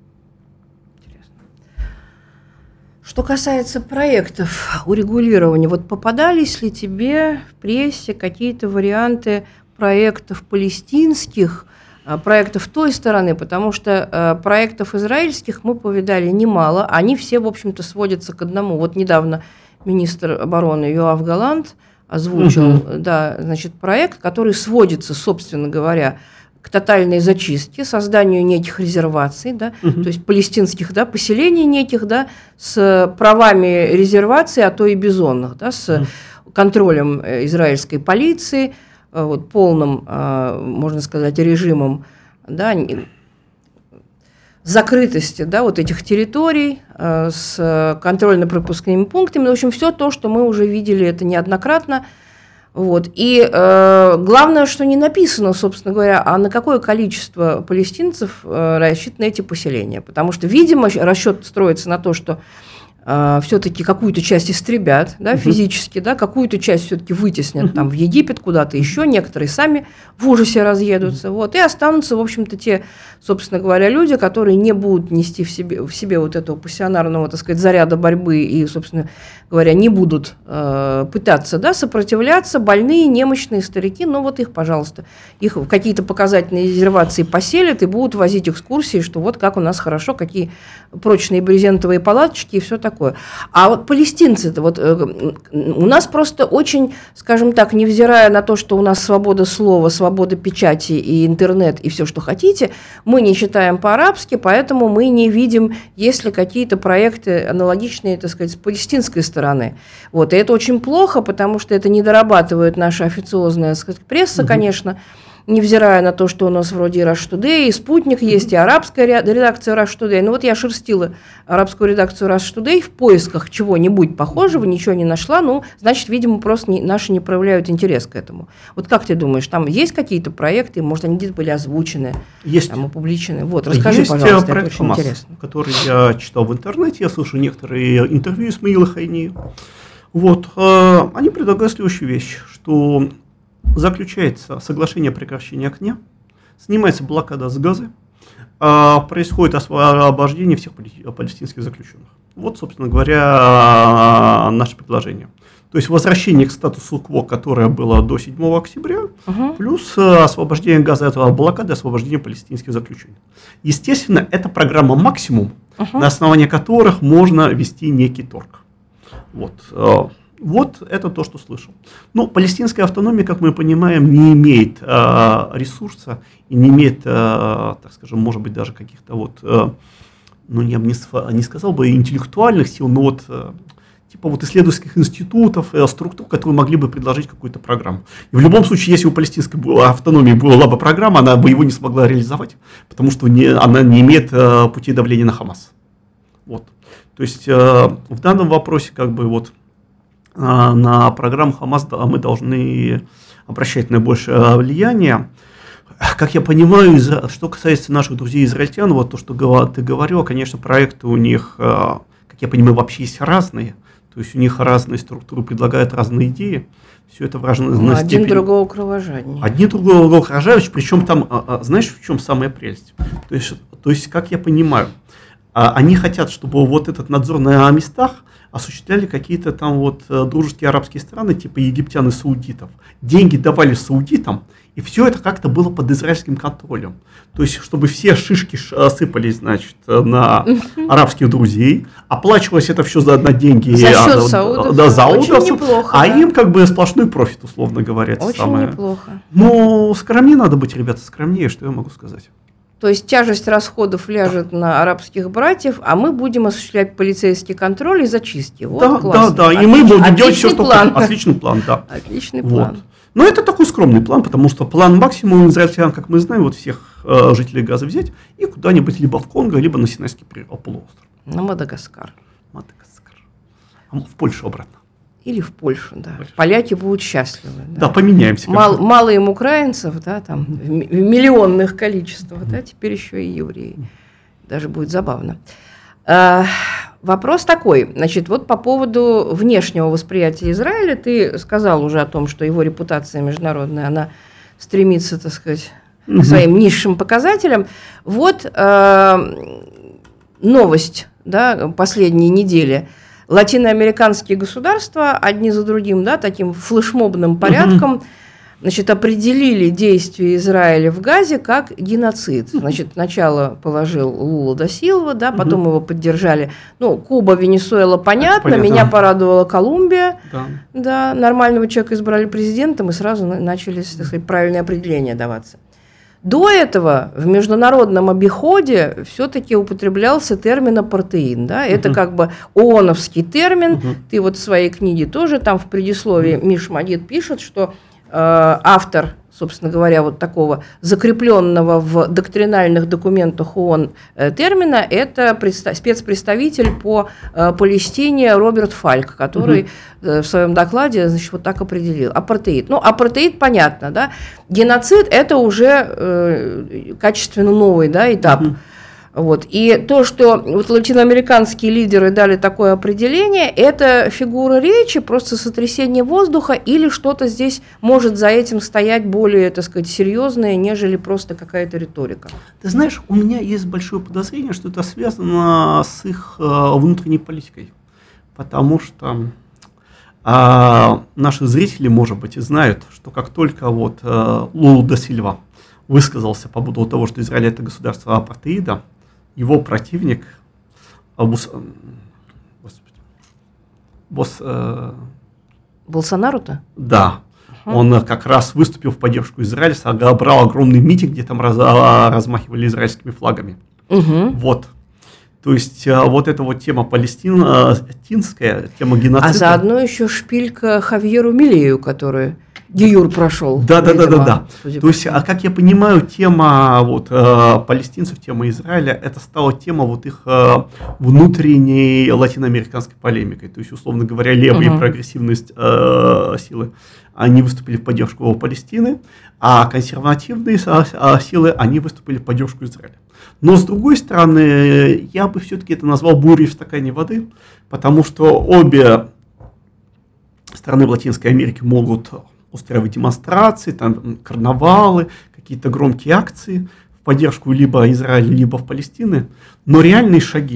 Что касается проектов урегулирования, вот попадались ли тебе в прессе какие-то варианты проектов палестинских, проектов той стороны, потому что проектов израильских мы повидали немало, они все, в общем-то, сводятся к одному. Вот недавно министр обороны Йоав Галант озвучил проект, который сводится, собственно говоря, к тотальной зачистке, созданию неких резерваций, то есть палестинских поселений неких, с правами резервации, а то и бизонных, с контролем израильской полиции, вот, полным, можно сказать, режимом закрытости вот этих территорий, с контрольно-пропускными пунктами. В общем, все то, что мы уже видели, это неоднократно. Вот. И главное, что не написано, собственно говоря, а на какое количество палестинцев рассчитаны эти поселения. Потому что, видимо, расчет строится на то, что все-таки какую-то часть истребят, физически, какую-то часть все-таки вытеснят там, в Египет куда-то еще, некоторые сами в ужасе разъедутся, вот, и останутся, в общем-то, те, собственно говоря, люди, которые не будут нести в себе вот этого пассионарного, так сказать, заряда борьбы и, собственно говоря, не будут пытаться сопротивляться, больные, немощные, старики, вот их, пожалуйста, их в какие-то показательные резервации поселят и будут возить экскурсии, что вот как у нас хорошо, какие прочные брезентовые палаточки и все такое. А вот палестинцы-то, вот у нас просто очень, скажем так, невзирая на то, что у нас свобода слова, свобода печати и интернет, и все, что хотите, мы не читаем по-арабски, поэтому мы не видим, есть ли какие-то проекты аналогичные, так сказать, с палестинской стороны. Вот, и это очень плохо, потому что это не дорабатывает наша официозная, так сказать, пресса, конечно, невзирая на то, что у нас вроде и Rush Today, и Спутник есть, и арабская редакция Rush Today. Ну вот я шерстила арабскую редакцию Rush Today в поисках чего-нибудь похожего, ничего не нашла, значит, видимо, просто наши не проявляют интерес к этому. Вот как ты думаешь, там есть какие-то проекты, может, они где-то были озвучены, есть. Там опубличены? Вот, расскажи, пожалуйста, это очень интересно. Который я читал в интернете, я слушал некоторые интервью с Исмаила Хайни. Вот, они предлагают следующую вещь, что заключается соглашение о прекращении огня, снимается блокада с Газы, происходит освобождение всех палестинских заключенных. Вот, собственно говоря, наше предложение. То есть возвращение к статусу КВО, которое было до 7 октября, плюс освобождение Газа от блокады, освобождение палестинских заключенных. Естественно, это программа максимум, на основании которых можно вести некий торг. Вот это то, что слышал. Но палестинская автономия, как мы понимаем, не имеет ресурса и не имеет, так скажем, может быть, даже каких-то я бы не сказал бы интеллектуальных сил, но типа исследовательских институтов, структур, которые могли бы предложить какую-то программу. И в любом случае, если у палестинской автономии была бы программа, она бы его не смогла реализовать, потому что она не имеет путей давления на Хамас. То есть в данном вопросе на программу Хамас мы должны обращать наибольшее влияние. Как я понимаю, что касается наших друзей-израильтян, то, что ты говорил, конечно, проекты у них, как я понимаю, вообще есть разные. То есть у них разные структуры предлагают разные идеи. Все это в разной степени. Один другого кровожаднее. Один другого кровожаднее, причем там, знаешь, в чем самая прелесть? То есть, как я понимаю, они хотят, чтобы этот надзор на местах осуществляли какие-то там дружеские арабские страны, типа египтян и саудитов. Деньги давали саудитам, и все это как-то было под израильским контролем. То есть, чтобы все шишки сыпались, на арабских друзей, оплачивалось это все на деньги за счет саудов. Да, саудов, неплохо, им сплошной профит, условно говоря. Очень неплохо. Скромнее надо быть, ребята, скромнее, что я могу сказать. То есть тяжесть расходов ляжет на арабских братьев, а мы будем осуществлять полицейский контроль и зачистки. Классно. Да, и мы будем делать все, что хотим. Отличный план, да. Отличный план. Но это такой скромный план, потому что план максимум израильтян, как мы знаем, всех жителей Газа взять и куда-нибудь либо в Конго, либо на Синайский полуостров. На Мадагаскар. В Польшу обратно. Или в Польшу, да. Поляки будут счастливы. Да, поменяемся. Мало им украинцев, да, там в миллионных количествах, да, теперь еще и евреи. Даже будет забавно. Вопрос такой, по поводу внешнего восприятия Израиля, ты сказал уже о том, что его репутация международная, она стремится, так сказать, к своим низшим показателям. Новость, да, последней недели. Латиноамериканские государства одни за другим, да, таким флешмобным порядком, определили действия Израиля в Газе как геноцид. Сначала положил Лула да Силва, да, потом его поддержали. Куба, Венесуэла, понятно. Меня порадовала Колумбия. Да, нормального человека избрали президентом, и сразу начались, так сказать, правильные определения даваться. До этого в международном обиходе все-таки употреблялся термин апартеид. Да? Это ООНовский термин. Ты в своей книге тоже там в предисловии Миш Мадид пишет, что автор, собственно говоря, такого закрепленного в доктринальных документах ООН термина, это спецпредставитель по Палестине Роберт Фальк, который в своем докладе так определил. Апартеид. Апартеид понятно, да? Геноцид – это уже качественно новый, да, этап. И то, что латиноамериканские лидеры дали такое определение, это фигура речи, просто сотрясение воздуха, или что-то здесь может за этим стоять более, так сказать, серьезное, нежели просто какая-то риторика? Ты знаешь, у меня есть большое подозрение, что это связано с их внутренней политикой. Потому что наши зрители, может быть, и знают, что как только Лула да Сильва высказался по поводу того, что Израиль – это государство апартеида, его противник, Болсонару-то? Да. Он как раз выступил в поддержку Израиля, собрал огромный митинг, где там размахивали израильскими флагами. То есть эта тема палестинская, тема геноцида. А заодно еще шпилька Хавьеру Милею, который де-юр прошел. Да. То есть, как я понимаю, тема палестинцев, тема Израиля, это стала тема их внутренней латиноамериканской полемикой. То есть, условно говоря, левые прогрессивные силы, они выступили в поддержку Палестины, а консервативные силы, они выступили в поддержку Израиля. Но, с другой стороны, я бы все-таки это назвал бурей в стакане воды, потому что обе страны в Латинской Америке могут устраивать демонстрации, там, карнавалы, какие-то громкие акции в поддержку либо Израиля, либо в Палестины. Но реальные шаги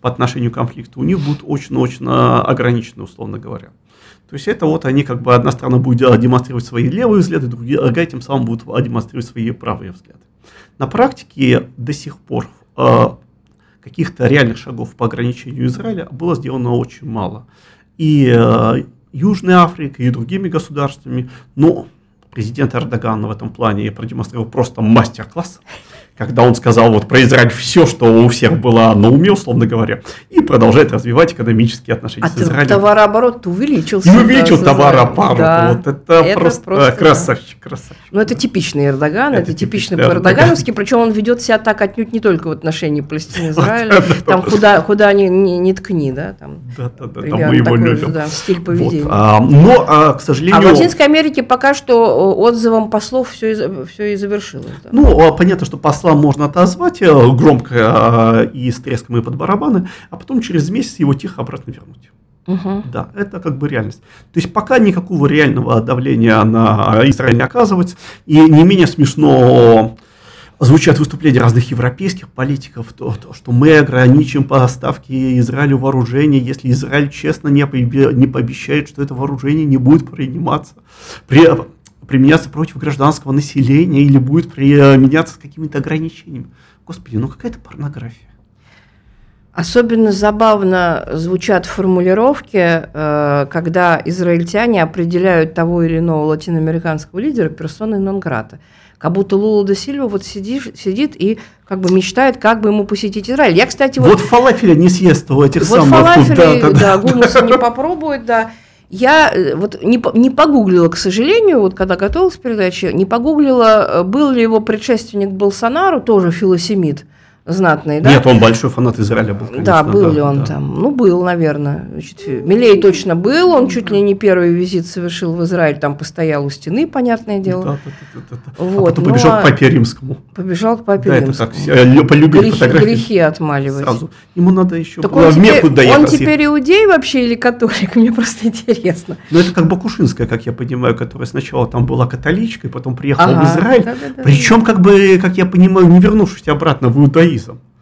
по отношению к конфликту, у них будут очень-очень ограничены, условно говоря. То есть это вот они как бы одна страна будет демонстрировать свои левые взгляды, другая тем самым будут демонстрировать свои правые взгляды. На практике до сих пор каких-то реальных шагов по ограничению Израиля было сделано очень мало. И Южной Африкой, и другими государствами, но президент Эрдоган в этом плане продемонстрировал просто мастер-класс, когда он сказал вот про Израиль все, что у всех было на уме, условно говоря, и продолжает развивать экономические отношения с Израилем. Товарооборот увеличился. И увеличил товарооборот. Да. Вот это просто красавчик, красавчик. Ну, это типичный Эрдоган, это типичный по-эрдогановски, причем он ведет себя так отнюдь не только в отношении Палестины и Израиля, там куда ни не ткни, да, там мы его любим. Стиль поведения. Но, к сожалению... А в Латинской Америке пока что отзывом послов все и завершилось. Ну, понятно, что посла можно отозвать громко и с треском и под барабаны, а потом через месяц его тихо обратно вернуть. Да, это как бы реальность. То есть пока никакого реального давления на Израиль не оказывается, и не менее смешно звучат выступления разных европейских политиков, что мы ограничим поставки Израилю вооружения, если Израиль честно не пообещает, что это вооружение не будет применяться против гражданского населения или будет применяться с какими-то ограничениями. Господи, ну какая-то порнография. Особенно забавно звучат формулировки, когда израильтяне определяют того или иного латиноамериканского лидера персоной нон-грата. Как будто Лула де Сильва вот сидит и как бы мечтает, как бы ему посетить Израиль. Я, кстати, вот фалафеля не съест у этих вот самых... Да, гумуса не попробует, да. Я вот не погуглила, к сожалению, вот когда готовилась к передаче, не погуглила, был ли его предшественник Болсонару, тоже филосемит знатный, да? Нет, он большой фанат Израиля был, конечно. Да, был ли он там? Ну, был, наверное. Значит, Милей точно был, он чуть ли не первый визит совершил в Израиль, там постоял у стены, понятное дело. Да. Вот. А потом побежал к Папе Римскому. Побежал к Папе Римскому. Так, полюбили фотографии. Грехи отмаливать. Сразу. Ему надо еще в Мекку доехать. Он теперь иудей вообще или католик? Мне просто интересно. Ну, это как Бакушинская, как я понимаю, которая сначала там была католичкой, потом приехала в Израиль. Причем, как бы, как я понимаю, не вернувшись обратно в иудаизм.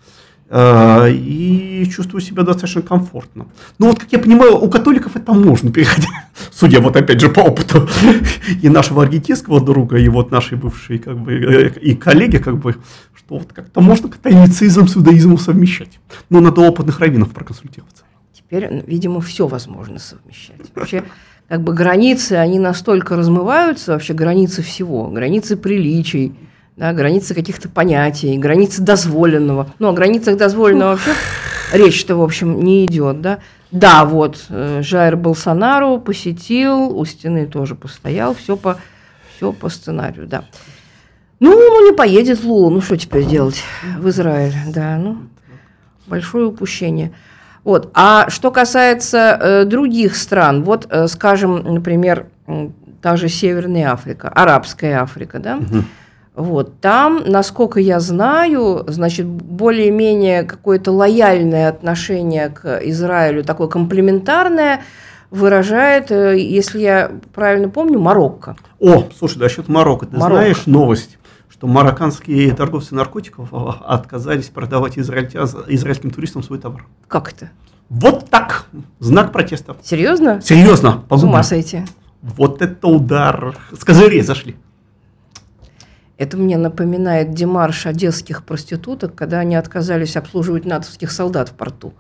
И чувствую себя достаточно комфортно. Ну вот, как я понимаю, у католиков это можно переходить. Судя вот опять же по опыту и нашего аргентинского друга, и вот нашей бывшей как бы и коллеги, как бы, что вот как-то можно католицизм с иудаизмом совмещать. Но надо опытных раввинов проконсультироваться. Теперь, видимо, все возможно совмещать. Вообще, как бы границы, они настолько размываются, вообще границы всего, границы приличий, да, границы каких-то понятий, границы дозволенного. Ну, о границах дозволенного вообще речь-то, в общем, не идет, да. Да, вот, Жаир Болсонару посетил, у стены тоже постоял, все по сценарию, да. Ну, не поедет Лула, ну, что теперь делать в Израиль, да, ну, большое упущение. Вот, а что касается других стран, вот, скажем, например, та же Северная Африка, Арабская Африка, да, вот, там, насколько я знаю, значит, более-менее какое-то лояльное отношение к Израилю, такое комплементарное, выражает, если я правильно помню, Марокко. О, слушай, насчет Марокко, ты знаешь новость, что марокканские торговцы наркотиков отказались продавать израильским туристам свой товар? Как это? Вот так, знак протеста. Серьезно? Серьезно, с ума сойти. Вот это удар, с козырей зашли. Это мне напоминает демарш одесских проституток, когда они отказались обслуживать натовских солдат в порту.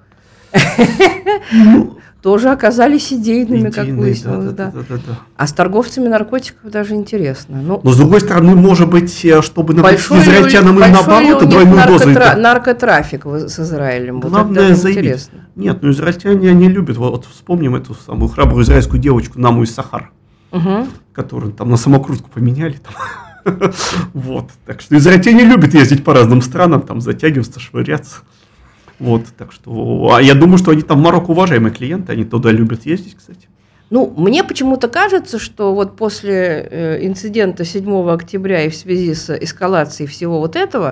Тоже оказались идейными, как выяснилось. А с торговцами наркотиков даже интересно. Но с другой стороны, может быть, чтобы наплатить израильтянам и наоборот, двойную дозу. Наркотрафик с Израилем. Главное заявить. Нет, но израильтяне, они любят. Вот вспомним эту самую храбрую израильскую девочку Наму из Сахар, которую там на самокрутку поменяли. Вот, так что израильтяне любят ездить по разным странам, там затягиваться, швыряться. Вот, так что, я думаю, что они там в Марокко уважаемые клиенты, они туда любят ездить, кстати. Ну, мне почему-то кажется, что вот после инцидента 7 октября и в связи с эскалацией всего вот этого,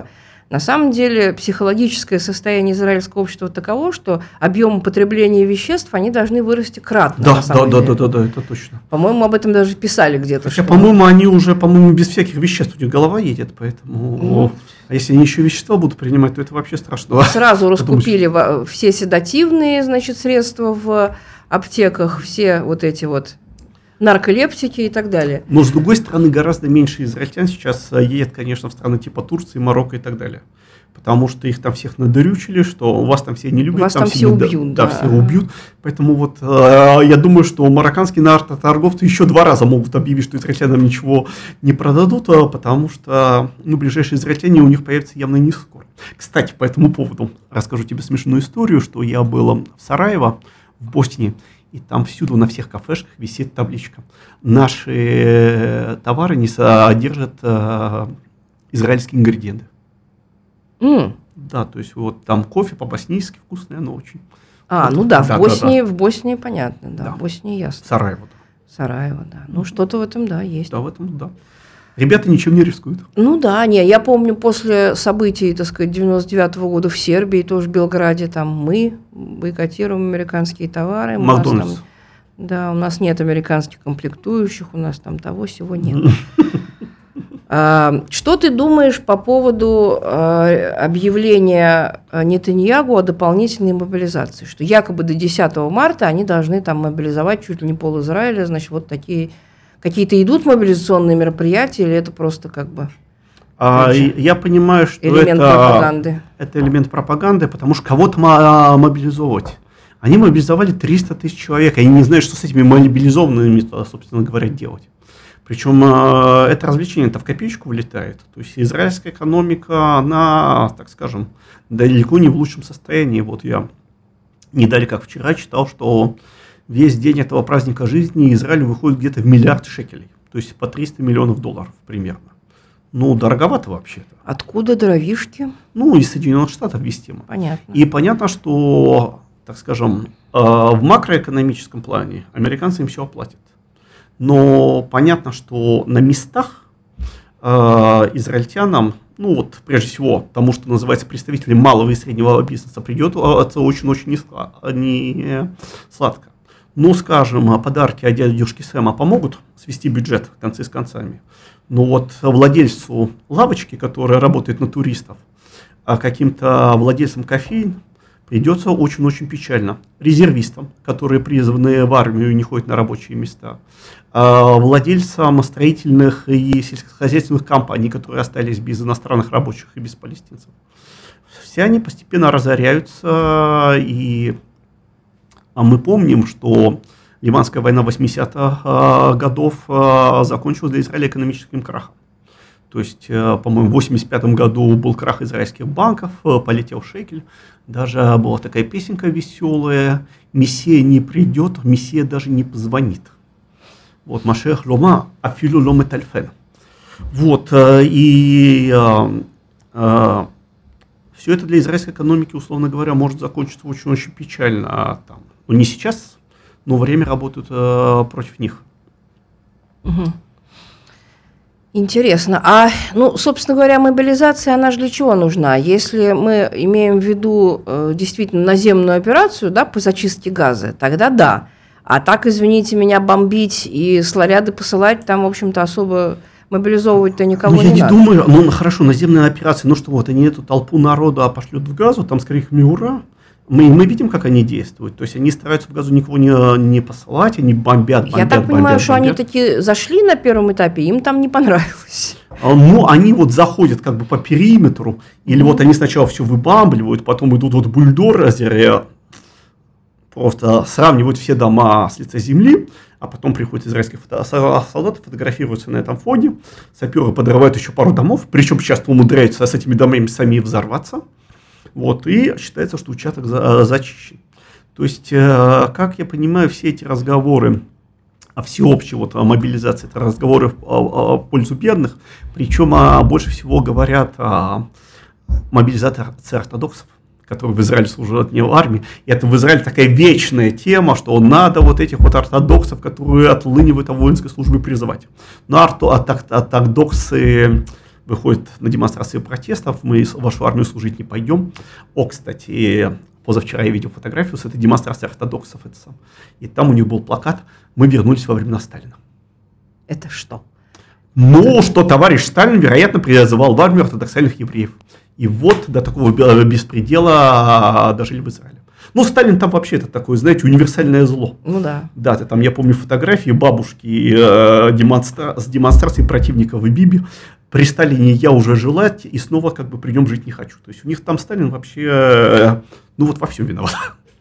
На самом деле психологическое состояние израильского общества таково, что объемы потребления веществ, они должны вырасти кратно. Да, это точно. По-моему, об этом даже писали где-то. Хотя, по-моему, они уже, без всяких веществ, у них голова едет, поэтому... А если они еще вещества будут принимать, то это вообще страшно. Сразу раскупили все седативные, значит, средства в аптеках, все вот эти вот нарколептики и так далее. Но, с другой стороны, гораздо меньше израильтян сейчас едет, конечно, в страны типа Турции, Марокко и так далее. Потому что их там всех надрючили, что у вас там все не любят. Вас там все убьют. Да, все убьют. Поэтому вот я думаю, что марокканские наркоторговцы еще 2 раза могут объявить, что израильтянам ничего не продадут, потому что ближайшие израильтяне у них появятся явно не скоро. Кстати, по этому поводу расскажу тебе смешную историю, что я был в Сараево, в Боснии, и там всюду на всех кафешках висит табличка. Наши товары не содержат израильские ингредиенты. Да, то есть вот там кофе по-боснийски вкусное, но очень. В Боснии понятно, да, в Боснии ясно. Сараево, да. Что-то в этом, да, есть. Да, в этом, да. Ребята ничем не рискуют. Я помню после событий, так сказать, 99-го года в Сербии, тоже в Белграде, там мы бойкотируем американские товары. Макдональдс. Да, у нас нет американских комплектующих, у нас там того-сего нет. Что ты думаешь по поводу объявления Нетаньяху о дополнительной мобилизации? Что якобы до 10 марта они должны там мобилизовать чуть ли не пол Израиля, значит, вот такие... Какие-то идут мобилизационные мероприятия, или это просто как бы... Я понимаю, что пропаганды. Это элемент пропаганды, потому что кого-то мобилизовывать. Они мобилизовали 300 тысяч человек, они не знают, что с этими мобилизованными, собственно говоря, делать. Причем это развлечение-то в копеечку вылетает. То есть израильская экономика, она, так скажем, далеко не в лучшем состоянии. Вот я не далее, как вчера, читал, что весь день этого праздника жизни Израилю выходит где-то в $1 миллиард шекелей. То есть по $300 миллионов примерно. Дороговато вообще-то. Откуда дровишки? Из Соединенных Штатов вестимо. Понятно. И понятно, что, так скажем, в макроэкономическом плане американцы им все оплатят. Но понятно, что на местах израильтянам, прежде всего, тому, что называется представителям малого и среднего бизнеса, придется очень-очень не сладко. Скажем, подарки от дядюшки Сэма помогут свести бюджет концы с концами. Но владельцу лавочки, которая работает на туристов, каким-то владельцам кофеин придется очень-очень печально. Резервистам, которые призваны в армию и не ходят на рабочие места. Владельцам строительных и сельскохозяйственных компаний, которые остались без иностранных рабочих и без палестинцев. Все они постепенно разоряются, а мы помним, что Ливанская война 80-х годов закончилась для Израиля экономическим крахом. То есть, по-моему, в 85 году был крах израильских банков, полетел шекель. Даже была такая песенка веселая: «Мессия не придет, Мессия даже не позвонит». Машех лома афилу ломе тальфен. Все это для израильской экономики, условно говоря, может закончиться очень-очень печально. Не сейчас, но время работает против них. Угу. Интересно. Собственно говоря, мобилизация, она же для чего нужна? Если мы имеем в виду действительно наземную операцию, да, по зачистке газа, тогда да. А так, извините меня, бомбить и снаряды посылать, там, в общем-то, особо мобилизовывать-то никого не надо. Я не думаю, хорошо, наземная операция, они эту толпу народа пошлют в Газу, там, скорее, ура. Мы видим, как они действуют. То есть они стараются в Газу никого не посылать, они бомбят. Я так понимаю, что они таки зашли на первом этапе, им там не понравилось. Они заходят как бы по периметру, или они сначала все выбамбливают, потом идут бульдозеры, просто сравнивают все дома с лица земли, а потом приходят израильские солдаты, фотографируются на этом фоне, саперы подрывают еще пару домов, причем часто умудряются с этими домами сами взорваться. И считается, что участок зачищен. То есть, как я понимаю, все эти разговоры о всеобщей мобилизации, это разговоры в пользу бедных, причем больше всего говорят о мобилизации ортодоксов, которые в Израиле служат не в армии. И это в Израиле такая вечная тема, что надо этих ортодоксов, которые отлынивают о воинской службе, призывать. Но ортодоксы в выходят на демонстрации протестов, мы в вашу армию служить не пойдем. Кстати, позавчера я видел фотографию с этой демонстрацией ортодоксов, и там у них был плакат «Мы вернулись во времена Сталина». Это что? Что товарищ Сталин, вероятно, призывал в армию ортодоксальных евреев. И вот до такого беспредела дожили в Израиле. Сталин там вообще это такое, знаете, универсальное зло. Да. Да, там, я помню фотографии бабушки с демонстрацией противников и Биби. При Сталине я уже желать, и снова при нем жить не хочу. То есть у них там Сталин вообще, во всем виноват.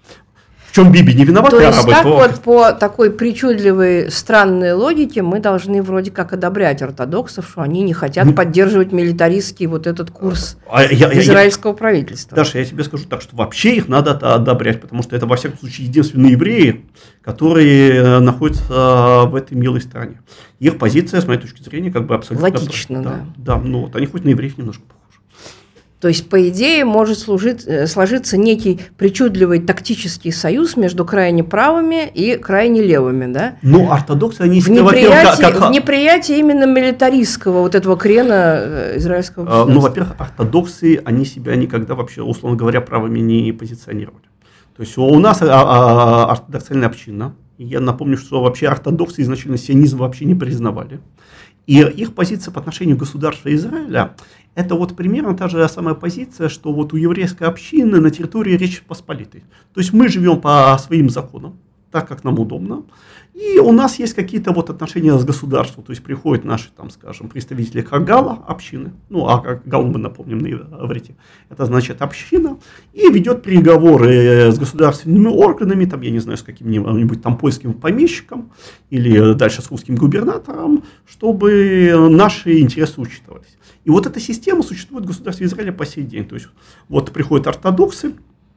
В чем Биби не виноват? То есть так по такой причудливой, странной логике мы должны вроде как одобрять ортодоксов, что они не хотят поддерживать милитаристский этот курс израильского правительства. Даша, я тебе скажу так, что вообще их надо одобрять, потому что это, во всяком случае, единственные евреи, которые находятся в этой милой стране. Их позиция, с моей точки зрения, абсолютно... Логично, да. Да, они хоть на евреев немножко похожи. То есть, по идее, может сложиться некий причудливый тактический союз между крайне правыми и крайне левыми, да? Ортодоксы, они... В неприятии именно милитаристского этого крена израильского государства. Во-первых, ортодоксы, они себя никогда вообще, условно говоря, правыми не позиционировали. То есть, у нас ортодоксальная община, и я напомню, что вообще ортодоксы изначально сионизм вообще не признавали. И их позиция по отношению к государству Израиля – это примерно та же самая позиция, что у еврейской общины на территории Речи Посполитой. То есть мы живем по своим законам, так как нам удобно, и у нас есть какие-то отношения с государством. То есть приходят наши, представители Хагала, общины, Хагал мы напомним на иврите, это значит община, и ведет переговоры с государственными органами, я не знаю, с каким-нибудь польским помещиком или дальше с русским губернатором, чтобы наши интересы учитывались. И эта система существует в государстве Израиля по сей день. То есть приходят ортодоксы,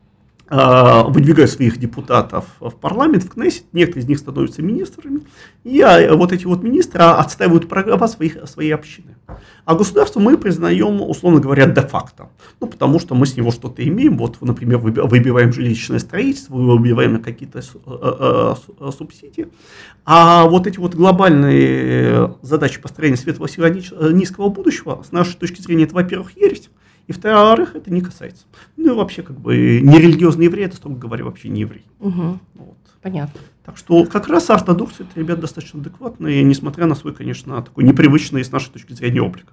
выдвигают своих депутатов в парламент, в Кнессет, некоторые из них становятся министрами, и эти министры отстаивают права своей общины. А государство мы признаем, условно говоря, де-факто. Потому что мы с него что-то имеем, например, выбиваем жилищное строительство, выбиваем какие-то субсидии. А эти глобальные задачи построения светлого сионистского будущего, с нашей точки зрения, это, во-первых, ересь, и, во-вторых, это не касается. И вообще, нерелигиозный еврей, это, строго говоря, вообще не еврей. Угу. Понятно. Так что как раз ортодоксы, это ребята достаточно адекватные, несмотря на свой, конечно, такой непривычный с нашей точки зрения облик.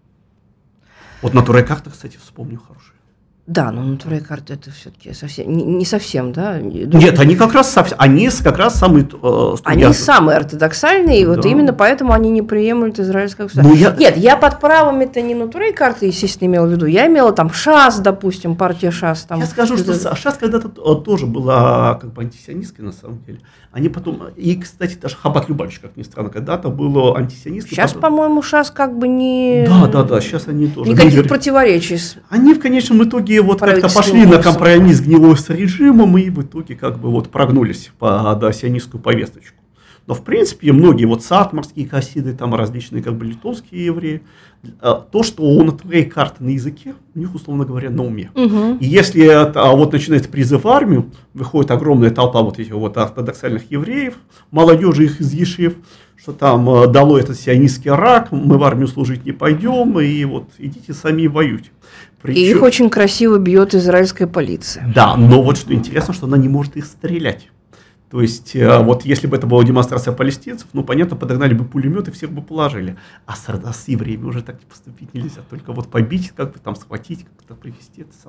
Натура и карта, кстати, вспомню, хорошая. Да, но натура и карта это все-таки совсем не совсем, да? Нет, они как раз самые... Они самые ортодоксальные, да. Именно поэтому они не приемлют израильское государство. Нет, я под правами-то не натура и карта, естественно, имела в виду. Я имела ШАС, допустим, партия ШАС. Я скажу, что ШАС когда-то тоже была антисионистской на самом деле. Они потом... И, кстати, даже Хаббат Любавич, как ни странно, когда-то было антисионистской. Сейчас, по-моему, ШАС не... Да, сейчас они тоже... Никаких противоречий. Они в конечном итоге как-то пошли на компромисс гнилой с режимом и в итоге прогнулись под сионистскую повесточку. Но в принципе многие сатмарские хасиды, различные литовские евреи, то, что у натурей карты на языке, у них, условно говоря, на уме. Угу. И если начинается призыв в армию, выходит огромная толпа этих ортодоксальных евреев, молодежи их из ешив, что дало этот сионистский рак, мы в армию служить не пойдем, и идите сами и воюйте. Причем... И их очень красиво бьет израильская полиция. Да, но что интересно, что она не может их стрелять. То есть, если бы это была демонстрация палестинцев, понятно, подогнали бы пулемет и всех бы положили. А с евреями уже так не поступить нельзя. Только побить, схватить, как-то привести это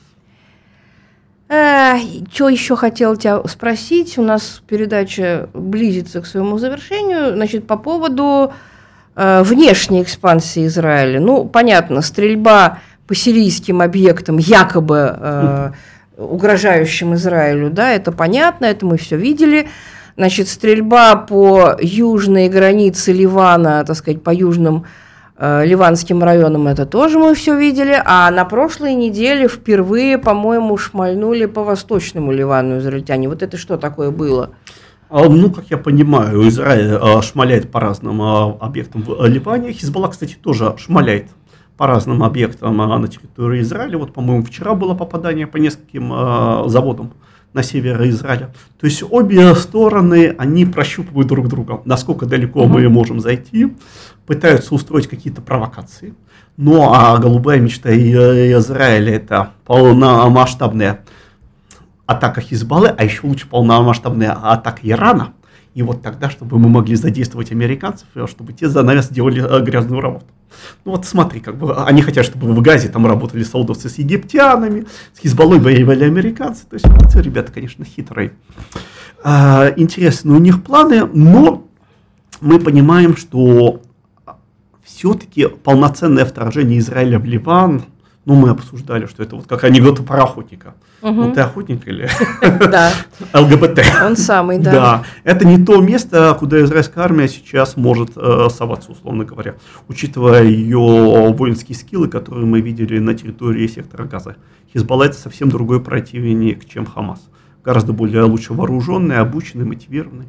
самое. Что еще хотела тебя спросить? У нас передача близится к своему завершению. Значит, по поводу внешней экспансии Израиля. Понятно, стрельба по сирийским объектам, якобы угрожающим Израилю, да, это понятно, это мы все видели. Значит, стрельба по южной границе Ливана, по южным ливанским районам, это тоже мы все видели. А на прошлой неделе впервые, по-моему, шмальнули по восточному Ливану израильтяне. Это что такое было? Как я понимаю, Израиль шмаляет по разным объектам в Ливане. Хизбалла, кстати, тоже шмаляет по разным объектам на территории Израиля. По-моему, вчера было попадание по нескольким заводам на севере Израиля. То есть обе стороны, они прощупывают друг друга, насколько далеко мы можем зайти, пытаются устроить какие-то провокации. Ну, а голубая мечта Израиля – это полномасштабная атака Хизбаллы, а еще лучше полномасштабная атака Ирана. И вот тогда, чтобы мы могли задействовать американцев, чтобы те за нас делали грязную работу. Ну вот смотри, как бы они хотят, чтобы в Газе там работали саудовцы с египтянами, с Хизбаллой воевали американцы. То есть молодцы ребята, конечно, хитрые. Интересны у них планы, но мы понимаем, что все-таки полноценное вторжение Израиля в Ливан, ну, мы обсуждали, что это вот как анекдоты про охотника. Ну, ты охотник или ЛГБТ? Он самый, да. Да, это не то место, куда израильская армия сейчас может соваться, условно говоря, учитывая ее воинские скиллы, которые мы видели на территории сектора Газа. Хизбалла – это совсем другой противник, чем Хамас. Гораздо более лучше вооруженный, обученный, мотивированный.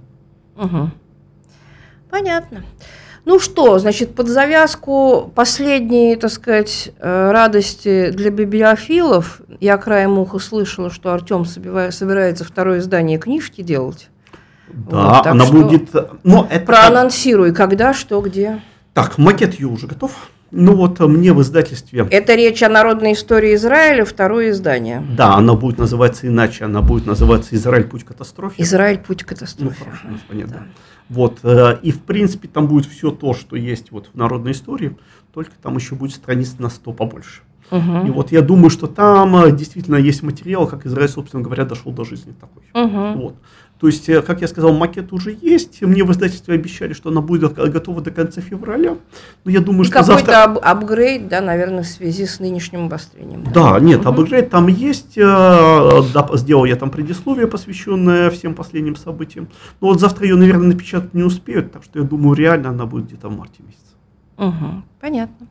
Понятно. Ну что, значит, под завязку последние, так сказать, радости для библиофилов. Я краем уха слышала, что Артем собирается второе издание книжки делать. Да, вот, она будет... Но это проанонсируй, когда, что, где. Так, макет ее уже готов. Ну вот мне в издательстве... Это речь о народной истории Израиля, второе издание. Да, она будет называться иначе. Она будет называться «Израиль. Путь к катастрофе». «Израиль. Путь к катастрофе». Ну, хорошо, понятно. Да. Вот, и в принципе там будет все то, что есть вот в народной истории, только там еще будет страниц на 100 побольше. И вот я думаю, что там действительно есть материал, как Израиль, собственно говоря, дошел до жизни такой. Вот. То есть, как я сказал, макет уже есть. Мне в издательстве обещали, что она будет готова до конца февраля. Но я думаю, что какой-то апгрейд, да, наверное, в связи с нынешним обострением. Да, нет, апгрейд там есть. Сделал я там предисловие, посвященное всем последним событиям. Но вот завтра ее, наверное, напечатать не успеют. Так что я думаю, реально она будет где-то в марте месяце. Понятно.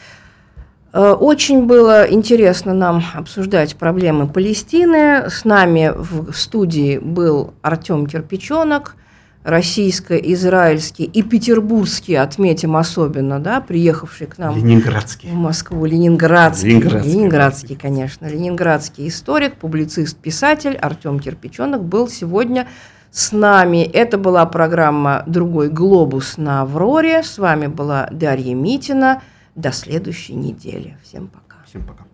Очень было интересно нам обсуждать проблемы Палестины. С нами в студии был Артем Кирпичонок, российско-израильский и петербургский, отметим особенно, да, приехавший к нам в Москву, ленинградский, конечно, ленинградский историк, публицист, писатель Артем Кирпичонок был сегодня с нами. Это была программа «Другой глобус» на Авроре. С вами была Дарья Митина. До следующей недели. Всем пока. Всем пока.